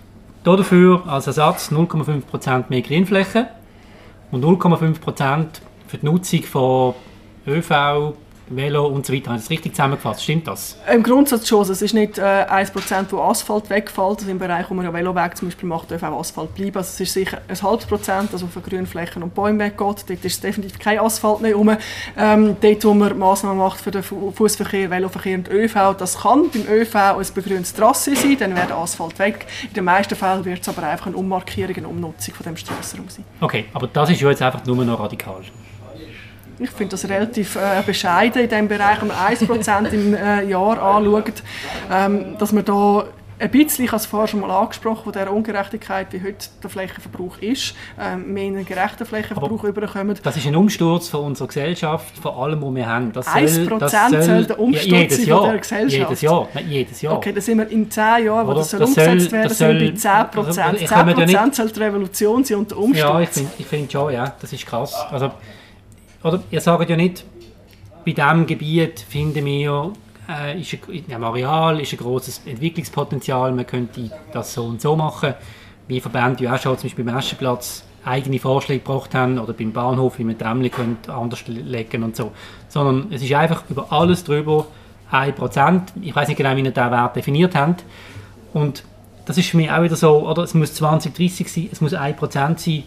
Dafür als Ersatz null Komma fünf Prozent mehr Grünfläche und null Komma fünf Prozent für die Nutzung von ÖV, Velo und so weiter. Habe ich das richtig zusammengefasst? Stimmt das? Im Grundsatz schon. Es ist nicht äh, ein Prozent, wo Asphalt wegfällt. Also im Bereich, wo man ja Veloweg zum Beispiel macht, darf auch Asphalt bleiben. Also es ist sicher ein halbes Prozent, also von Grünflächen und Bäumen weggeht. Dort ist definitiv kein Asphalt mehr rum. Ähm, dort, wo man Massnahmen macht für den Fußverkehr, Veloverkehr und ÖV, das kann beim ÖV ein begrüntes Trasse sein, dann wäre der Asphalt weg. In den meisten Fällen wird es aber einfach eine Ummarkierung, eine Umnutzung von dem Strassenraum sein. Okay, aber das ist ja jetzt einfach nur noch radikal. Ich finde das relativ äh, bescheiden in dem Bereich, wenn man ein Prozent im äh, Jahr anschaut, ähm, dass man da ein bisschen, ich habe es vorher schon mal angesprochen, von dieser Ungerechtigkeit, wie heute der Flächenverbrauch ist, ähm, mehr in einen gerechten Flächenverbrauch überkommen. Das ist ein Umsturz von unserer Gesellschaft, von allem, was wir haben. Das soll, ein Prozent das soll der Umsturz ja, jedes sein Jahr, von dieser Gesellschaft? Jedes Jahr, nicht jedes Jahr. Okay, dann sind wir in zehn Jahren, wo Oder? das, soll das umgesetzt soll, werden das soll, soll, bei zehn Prozent. zehn Prozent ja soll die Revolution sein und der Umsturz. Ja, ich finde ich find schon, ja, das ist krass. Also, oder, ihr sagt ja nicht, bei diesem Gebiet finden wir, äh, ist ein, im Areal ist ein grosses Entwicklungspotenzial, man könnte das so und so machen, wie Verbände ja auch schon zum Beispiel beim Aschenplatz eigene Vorschläge gebracht haben oder beim Bahnhof, wie man Tramli anders legen und so. Sondern es ist einfach über alles drüber ein Prozent. Ich weiß nicht genau, wie ihr diesen Wert definiert habt. Und das ist für mich auch wieder so, oder es muss zwanzig dreißig sein, es muss ein Prozent sein.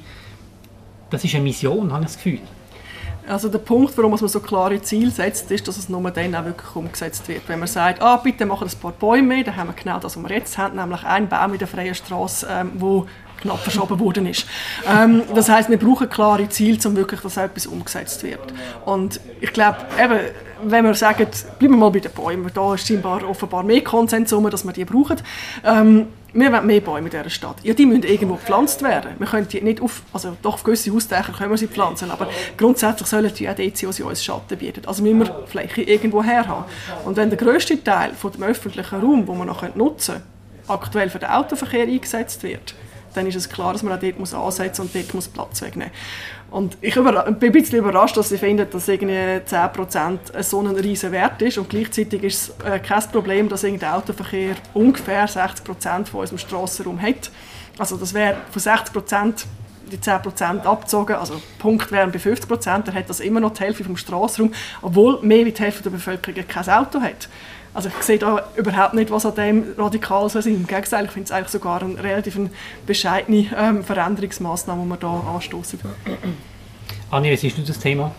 Das ist eine Mission, habe ich das Gefühl. Also der Punkt, warum man so klare Ziele setzt, ist, dass es nur dann auch wirklich umgesetzt wird. Wenn man sagt, ah, bitte machen ein paar Bäume mehr, dann haben wir genau das, was wir jetzt haben, nämlich einen Baum in der freien Straße, ähm, wo knapp verschoben worden ist. Ähm, das heisst, wir brauchen klare Ziele, um wirklich, dass etwas umgesetzt wird. Und ich glaube, eben, wenn wir sagen, bleiben wir mal bei den Bäumen, da ist scheinbar offenbar mehr Konsens, dass wir die brauchen. Ähm, wir wollen mehr Bäume in dieser Stadt. Ja, die müssen irgendwo gepflanzt werden. Wir können die nicht auf, also doch auf gewisse Hausdächer können wir sie pflanzen, aber grundsätzlich sollen die auch dort, wo sie uns Schatten bieten. Also müssen wir Fläche irgendwo her haben. Und wenn der grösste Teil von dem öffentlichen Raum, den wir noch nutzen können, aktuell für den Autoverkehr eingesetzt wird, dann ist es klar, dass man auch dort muss ansetzen und dort muss Platz wegnehmen. Und ich bin ein bisschen überrascht, dass sie finden, dass irgendwie zehn Prozent so ein riesen Wert ist. Und gleichzeitig ist es äh, kein Problem, dass der Autoverkehr ungefähr sechzig Prozent von unserem Strassenraum hat. Also das wäre von sechzig Prozent die zehn Prozent abgezogen, also Punkt wären bei fünfzig Prozent, dann hat das immer noch die Hälfte vom Strassenraum, obwohl mehr als die Hälfte der Bevölkerung kein Auto hat. Also ich sehe da überhaupt nicht, was an dem radikal sein soll. Im Gegenteil, ich finde es eigentlich sogar eine relativ bescheidene ähm, Veränderungsmaßnahme, die wir hier anstoßen. Anni, wie siehst du das Thema?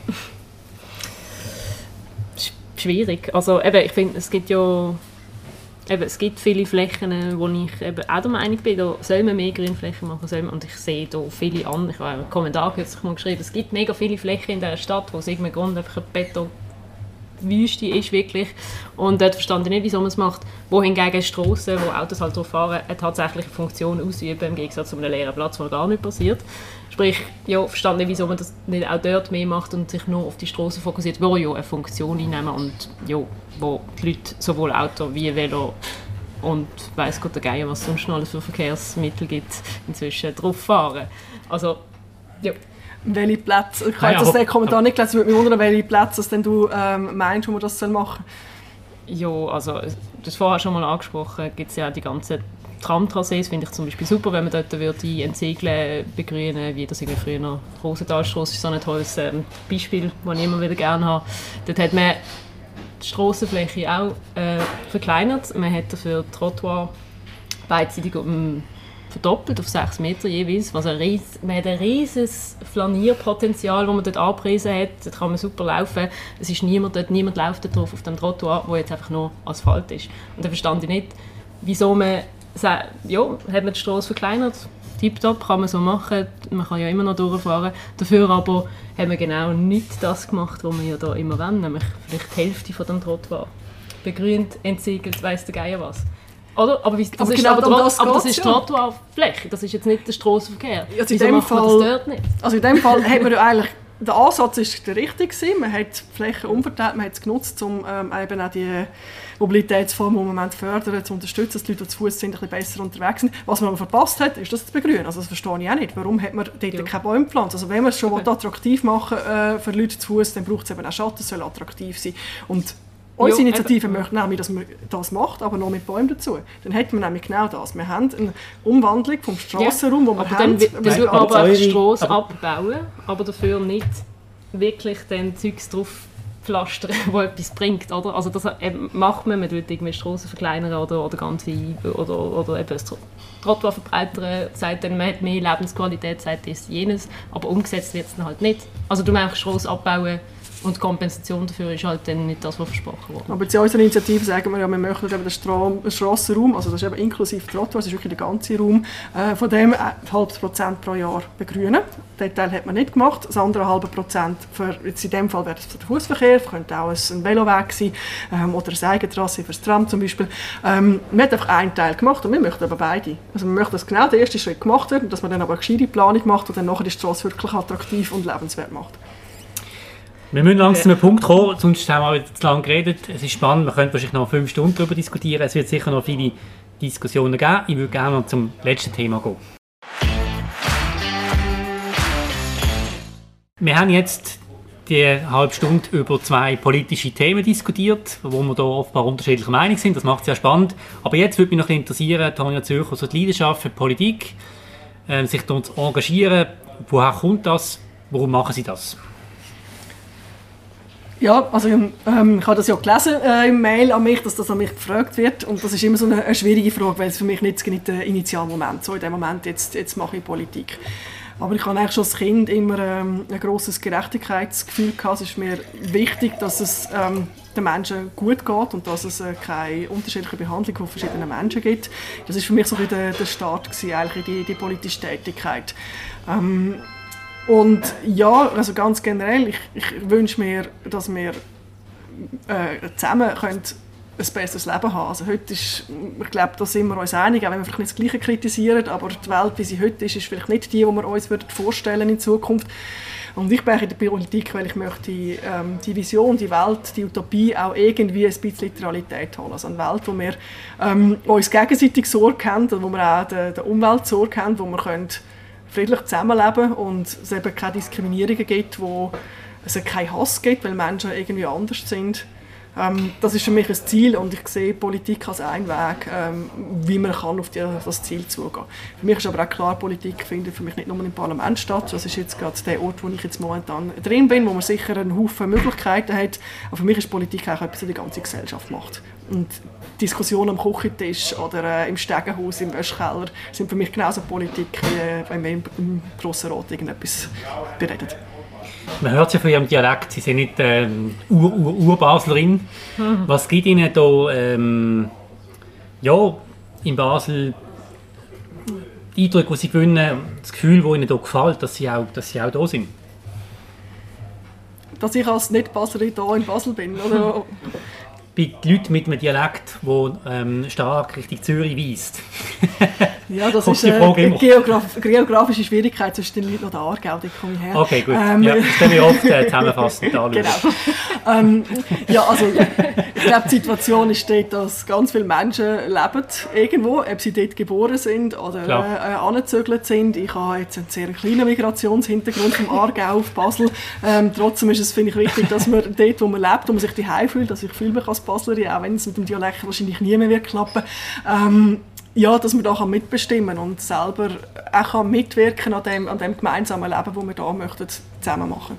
Schwierig. Also eben, ich finde, es gibt ja eben, es gibt viele Flächen, wo ich eben auch der Meinung bin, da soll man mehr Grünflächen machen. Soll man, und ich sehe da viele an. Ich habe einen Kommentar kürzlich mal geschrieben, es gibt mega viele Flächen in dieser Stadt, wo aus irgendeinem Grund einfach ein Beton Wüste ist wirklich. Und dort verstand ich nicht, wieso man es macht. Wohingegen Strassen, wo Autos halt drauf fahren, eine tatsächliche Funktion ausüben, im Gegensatz zu einem leeren Platz, wo gar nicht passiert. Sprich, ja, verstand nicht, wieso man das nicht auch dort mehr macht und sich nur auf die Strassen fokussiert, wo ja eine Funktion einnehmen und ja, wo die Leute sowohl Auto wie Velo und weiss Gott der Geier, was es sonst noch alles für Verkehrsmittel gibt, inzwischen drauf fahren. Also, Ja. Welche Plätze? Ich habe Nein, das aber, den Kommentar nicht gelesen, würde mich wundern, welche Plätze denn du ähm, meinst, wo man das machen soll. Ja, also das vorher schon mal angesprochen, gibt es ja die ganzen Tramtrassees, finde ich zum Beispiel super, wenn man dort würde entsiegeln, begrünen, wie das irgendwie früher Rosentalstrasse ist so ein tolles ähm, Beispiel, das ich immer wieder gerne habe. Dort hat man die Strassenfläche auch äh, verkleinert, man hat dafür Trottoir beidseitig um verdoppelt auf sechs Meter jeweils. Also ein ries, man hat ein riesiges Flanierpotenzial, das man dort angepriesen hat. Dort kann man super laufen. Es ist niemand dort, niemand läuft dort drauf auf dem Trottoir, wo jetzt einfach nur Asphalt ist. Und da verstand ich nicht, wieso man, ja, hat man die Strasse verkleinert. Tipptopp, kann man so machen. Man kann ja immer noch durchfahren. Dafür aber haben wir genau nicht das gemacht, was wir ja da immer wollen, nämlich vielleicht die Hälfte von dem Trottoir. Begrünt, entsiegelt, weiss der Geier was. Oder? Aber, wie, das, aber ist genau aber, um das aber das ist ja. Trottoirfläche, das ist jetzt nicht der Strassenverkehr. Also in Wieso dem macht man Fall, das dort nicht? Also in dem Fall hat man ja eigentlich, der Ansatz ist der richtige gewesen. Man hat die Flächen umverteilt, man hat es genutzt, um ähm, eben auch die Mobilitätsform im Moment fördern, zu unterstützen, dass die Leute, die zu Fuß sind, ein bisschen besser unterwegs sind. Was man aber verpasst hat, ist das zu begrünen. Also das verstehe ich auch nicht. Warum hat man dort ja. keine Bäume gepflanzt? Also wenn man es schon okay. attraktiv machen will, äh, für Leute zu Fuß, dann braucht es eben auch Schatten, es soll attraktiv sein. Und unsere Initiative eben. möchte nämlich, dass man das macht, aber noch mit Bäumen dazu. Dann hätten wir nämlich genau das. Wir haben eine Umwandlung vom Strassenraum, wo wir aber haben. Dann, dann würde man aber die Strasse abbauen, aber dafür nicht wirklich den Zeugs drauf pflastern, wo etwas bringt. Oder? Also das macht man, man tut irgendwie Strassen verkleinern oder, oder ganze oder, oder eben das Trottoir verbreitern, sagt dann, man hat mehr Lebensqualität, sagt das, jenes, aber umgesetzt wird es dann halt nicht. Also du meinst Strasse abbauen, und die Kompensation dafür ist halt dann nicht das, was versprochen wurde. Aber in unserer Initiative sagen wir ja, wir möchten eben den, Strom, den Strassenraum, also das ist eben inklusive Trottoir, das ist wirklich der ganze Raum, äh, von dem ein halbes Prozent pro Jahr begrünen. Den Teil hat man nicht gemacht. Das andere halbe Prozent, für, jetzt in dem Fall wäre es für den Fußverkehr, könnte auch ein Veloweg sein ähm, oder eine Eigentrasse für das Tram zum Beispiel. Ähm, man hat einfach einen Teil gemacht und wir möchten aber beide. Also wir möchten, dass genau der erste Schritt gemacht wird, dass man dann aber eine gescheite Planung macht und dann nachher die Strasse wirklich attraktiv und lebenswert macht. Wir müssen langsam zu einem Punkt kommen, sonst haben wir jetzt zu lange geredet. Es ist spannend, wir können wahrscheinlich noch fünf Stunden darüber diskutieren. Es wird sicher noch viele Diskussionen geben. Ich würde gerne noch zum letzten Thema gehen. Wir haben jetzt die halbe Stunde über zwei politische Themen diskutiert, wo wir da offenbar unterschiedlicher Meinung sind. Das macht es ja spannend. Aber jetzt würde mich noch interessieren, Tanja Zürcher, so die Leidenschaft für Politik, äh, sich dort zu engagieren. Woher kommt das? Warum machen Sie das? Ja, also ähm, ich habe das ja gelesen äh, im Mail an mich, dass das an mich gefragt wird und das ist immer so eine, eine schwierige Frage, weil es für mich nicht, nicht der Initialmoment so in dem Moment, jetzt, jetzt mache ich Politik. Aber ich habe eigentlich schon als Kind immer ähm, ein grosses Gerechtigkeitsgefühl gehabt. Es ist mir wichtig, dass es ähm, den Menschen gut geht und dass es äh, keine unterschiedliche Behandlung von verschiedenen Menschen gibt. Das ist für mich so ein bisschen der, der Start gewesen, eigentlich in die, die politische Tätigkeit. Ähm, Und ja, also ganz generell, ich, ich wünsche mir, dass wir äh, zusammen können ein besseres Leben haben. Also heute ist, ich glaube, da sind wir uns einig, auch wenn wir vielleicht nicht das Gleiche kritisieren, aber die Welt, wie sie heute ist, ist vielleicht nicht die, die wir uns vorstellen in Zukunft. Und ich bin in der Politik, weil ich möchte ähm, die Vision, die Welt, die Utopie auch irgendwie ein bisschen in die Realität holen. Also eine Welt, wo wir ähm, uns gegenseitig Sorge haben, wo wir auch der, der Umwelt Sorge haben, wo wir können friedlich zusammenleben und es eben keine Diskriminierungen gibt, wo es keinen Hass gibt, weil Menschen irgendwie anders sind. Ähm, das ist für mich ein Ziel und ich sehe Politik als einen Weg, ähm, wie man kann auf, die, auf das Ziel zugehen kann. Für mich ist aber auch klar, Politik findet für mich nicht nur im Parlament statt. Das ist jetzt gerade der Ort, wo ich jetzt momentan drin bin, wo man sicher einen Haufen Möglichkeiten hat. Aber für mich ist Politik auch etwas, was die ganze Gesellschaft macht. Und Diskussionen am Küchentisch oder äh, im Stegenhaus, im Wäschkeller sind für mich genauso Politik, wie äh, wenn wir im, im Grossen Rat irgendetwas bereden. Man hört ja von Ihrem Dialekt, Sie sind nicht ähm, Ur-Ur-Ur-Baslerin. Mhm. Was gibt Ihnen da ähm, ja, in Basel die Eindrücke, die Sie gewinnen, das Gefühl, das Ihnen da gefällt, dass Sie auch, dass Sie auch da sind? Dass ich als Nicht-Baslerin hier in Basel bin, oder? Bei den Leuten mit einem Dialekt, der ähm, stark Richtung Zürich weist. Ja, das Kommt ist eine Geograf- geografische Schwierigkeit zwischen den Leuten und der Aargau, da komme ich her. Okay, gut. Ähm, ja, das können wir oft äh, zusammenfassend anschauen. Genau. ähm, ja, also ich glaube, die Situation ist dort, dass ganz viele Menschen leben irgendwo, ob sie dort geboren sind oder äh, angezögert sind. Ich habe jetzt einen sehr kleinen Migrationshintergrund vom Aargau auf Basel. Ähm, trotzdem ist es, finde ich, wichtig, dass man dort, wo man lebt, wo man sich daheim fühlt, dass ich fühle mich als Baslerin, auch wenn es mit dem Dialekt wahrscheinlich nie mehr wird klappen. Ähm, Ja, dass man da mitbestimmen kann und selber auch mitwirken an dem, an dem gemeinsamen Leben, das wir hier möchten, zusammen machen.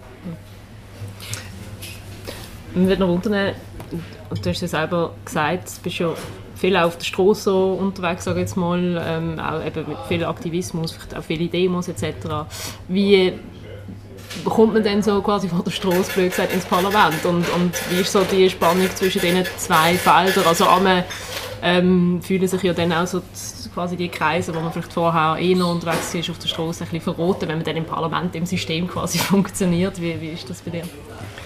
Ich würde noch unternehmen, du hast ja selber gesagt, du bist ja viel auf der Straße unterwegs, sage ich jetzt mal, ähm, auch eben mit viel Aktivismus, vielleicht auch viele Demos et cetera. Wie bekommt man denn so quasi von der Straße, blöd gesagt, ins Parlament? Und, und wie ist so die Spannung zwischen diesen zwei Feldern? Also einmal ähm, fühlen sich ja dann auch so die, quasi die Kreise, wo man vielleicht vorher eh noch unterwegs ist auf der Straße, ein bisschen verroten, wenn man dann im Parlament, im System quasi funktioniert. Wie, wie ist das bei dir?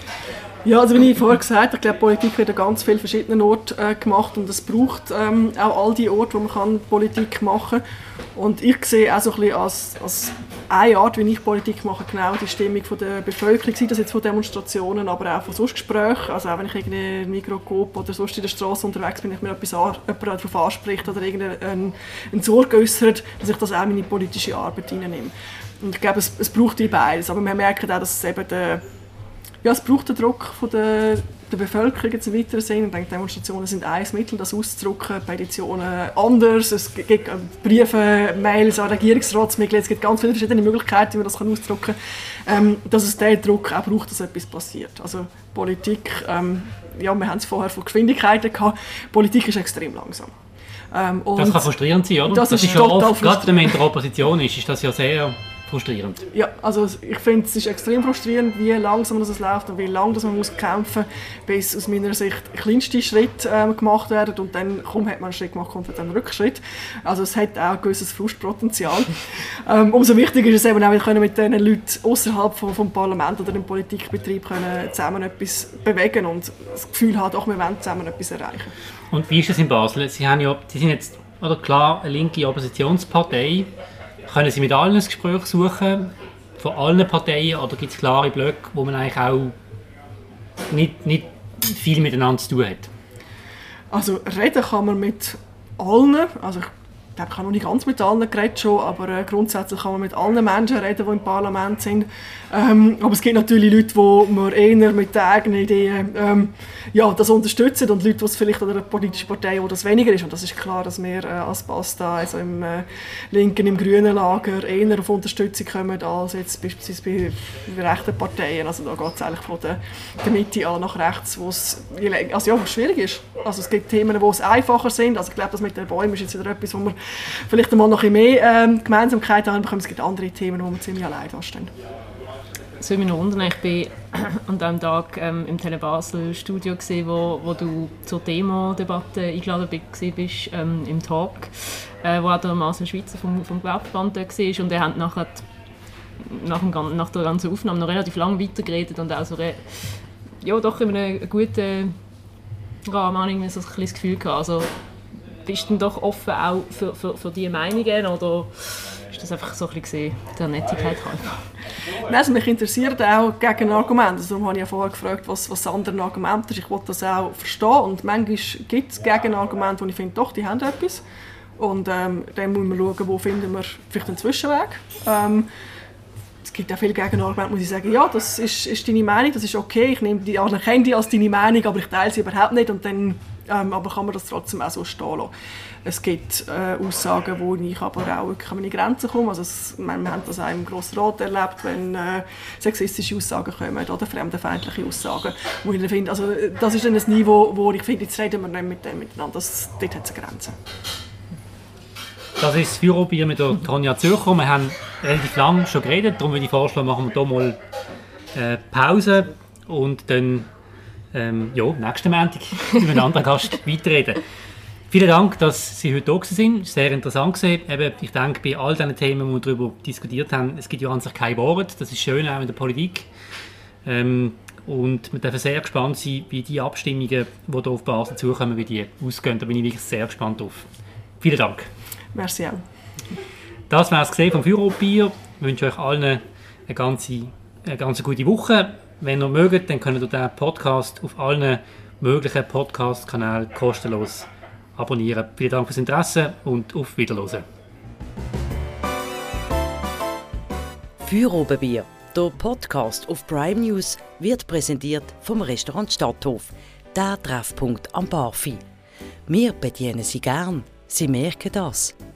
Ja, also wie ich vorher gesagt habe, ich glaube, Politik wird an ganz vielen verschiedenen Orten äh, gemacht und es braucht ähm, auch all die Orte, wo man kann Politik machen kann. Und ich sehe auch so ein bisschen als, als eine Art, wie ich Politik mache, genau die Stimmung von der Bevölkerung, sei das jetzt von Demonstrationen, aber auch von sonst Gesprächen. Also auch wenn ich irgendwie in Mikroskop oder sonst in der Straße unterwegs bin, ich mir etwas an, jemand darauf anspricht oder irgendeine Sorge äußert, dass ich das auch in meine politische Arbeit hineinnehme. Und ich glaube, es, es braucht die beides. Aber wir merken auch, dass es eben der Ja, es braucht den Druck von der, der Bevölkerung im weiteren Sinn. Ich denke, Demonstrationen sind ein Mittel, das auszudrücken, Petitionen anders. Es gibt Briefe, Mails an Regierungsratsmitglieder. Es gibt ganz viele verschiedene Möglichkeiten, wie man das ausdrücken kann. Ähm, dass es diesen Druck auch braucht, dass etwas passiert. Also Politik, ähm, ja, wir haben es vorher von Geschwindigkeiten gehabt. Politik ist extrem langsam. Ähm, das kann frustrierend sein, oder? Das, das ist, ist ja oft, gerade wenn man in der Opposition ist, ist das ja sehr frustrierend. Ja, also ich finde, es ist extrem frustrierend, wie langsam das läuft und wie lange das man muss kämpfen muss, bis aus meiner Sicht kleinste Schritte ähm, gemacht werden und dann kaum hat man einen Schritt gemacht, kommt dann ein Rückschritt. Also es hat auch ein gewisses Frustpotenzial. ähm, umso wichtiger ist es eben auch, wir können mit den Leuten außerhalb vom, vom Parlament oder dem Politikbetrieb können zusammen etwas bewegen und das Gefühl haben, auch wir wollen zusammen etwas erreichen. Und wie ist es in Basel? Sie, haben ja, Sie sind jetzt oder klar eine linke Oppositionspartei. Können Sie mit allen ein Gespräch suchen, von allen Parteien, oder gibt es klare Blöcke, wo man eigentlich auch nicht, nicht viel miteinander zu tun hat? Also reden kann man mit allen, also ich glaube, ich habe noch nicht ganz mit allen geredet schon, aber äh, grundsätzlich kann man mit allen Menschen reden, die im Parlament sind. Ähm, aber es gibt natürlich Leute, die man eher mit den eigenen Ideen ähm, ja, das unterstützen und Leute, die es vielleicht oder eine politische Partei, wo das weniger ist. Und das ist klar, dass wir äh, als Basta, also im äh, linken, im grünen Lager eher auf Unterstützung kommen als jetzt beispielsweise bei, bei rechten Parteien. Also da geht es eigentlich von der, der Mitte an nach rechts, wo es also, ja, schwierig ist. Also es gibt Themen, wo es einfacher sind. Also ich glaube, das mit den Bäumen ist jetzt wieder etwas, wo wir vielleicht einmal noch ein bisschen mehr ähm, Gemeinsamkeit haben bekommen. Es gibt andere Themen, wo wir ziemlich allein dastehen. Das würde mich noch wundern. Ich war an diesem Tag ähm, im Tele-Basel-Studio, wo, wo du zur Demo-Debatte eingeladen bist, ähm, im Talk, äh, wo auch der Marcel Schweizer vom, vom Gewerbeverband da war. Und er hat nachher, nach, dem, nach der ganzen Aufnahme noch relativ lange weitergeredet und auch so re- ja, doch in einem guten Rahmen habe ich so ein bisschen das Gefühl gehabt. Also, bist du denn doch offen auch für, für, für diese Meinungen oder ist das einfach so ein bisschen der Nettigkeit halber? Nein, also mich interessiert auch Gegenargumente. Also darum habe ich ja vorher gefragt, was, was das andere Argument ist. Ich wollte das auch verstehen und manchmal gibt es Gegenargumente, wo ich finde, doch, die haben etwas. Und ähm, dann muss man schauen, wo finden wir vielleicht einen Zwischenweg. Ähm, es gibt auch viele Gegenargumente, muss ich sagen, ja, das ist, ist deine Meinung, das ist okay, ich nehme die, anerkenne die als deine Meinung, aber ich teile sie überhaupt nicht und dann ähm, aber kann man das trotzdem auch so stehen lassen. Es gibt äh, Aussagen, wo ich aber auch wirklich an meine Grenzen komme. Also es, wir haben das auch im Grossen Rat erlebt, wenn äh, sexistische Aussagen kommen oder fremdenfeindliche Aussagen. Wo ich finde, also, das ist dann ein Niveau, wo ich finde, jetzt reden wir nicht mit dem miteinander. Das, dort hat es eine Grenze. Das ist das Führerbier mit der Tonja Zürcher. Wir haben relativ lange schon geredet, darum würde ich vorschlagen, machen wir hier mal äh, Pause und dann ähm, ja, nächsten Montag mit einem anderen Gast weiterreden. Vielen Dank, dass Sie heute da sind. Es war sehr interessant. Eben, ich denke, bei all diesen Themen, die wir darüber diskutiert haben, es gibt ja an sich kein Wort. Das ist schön, auch in der Politik. Ähm, und wir dürfen sehr gespannt sein, wie die Abstimmungen, die hier auf Basel zukommen, wie die ausgehen. Da bin ich wirklich sehr gespannt drauf. Vielen Dank. Merci auch. Das war es vom Feierabendbier. Ich wünsche euch allen eine ganze, eine ganz gute Woche. Wenn ihr mögt, dann könnt ihr den Podcast auf allen möglichen Podcast-Kanälen kostenlos abonnieren. Vielen Dank fürs Interesse und auf Wiederhören. Feierabendbier, der Podcast auf Prime News, wird präsentiert vom Restaurant Stadthof, der Treffpunkt am Barfi. Wir bedienen Sie gern, Sie merken das.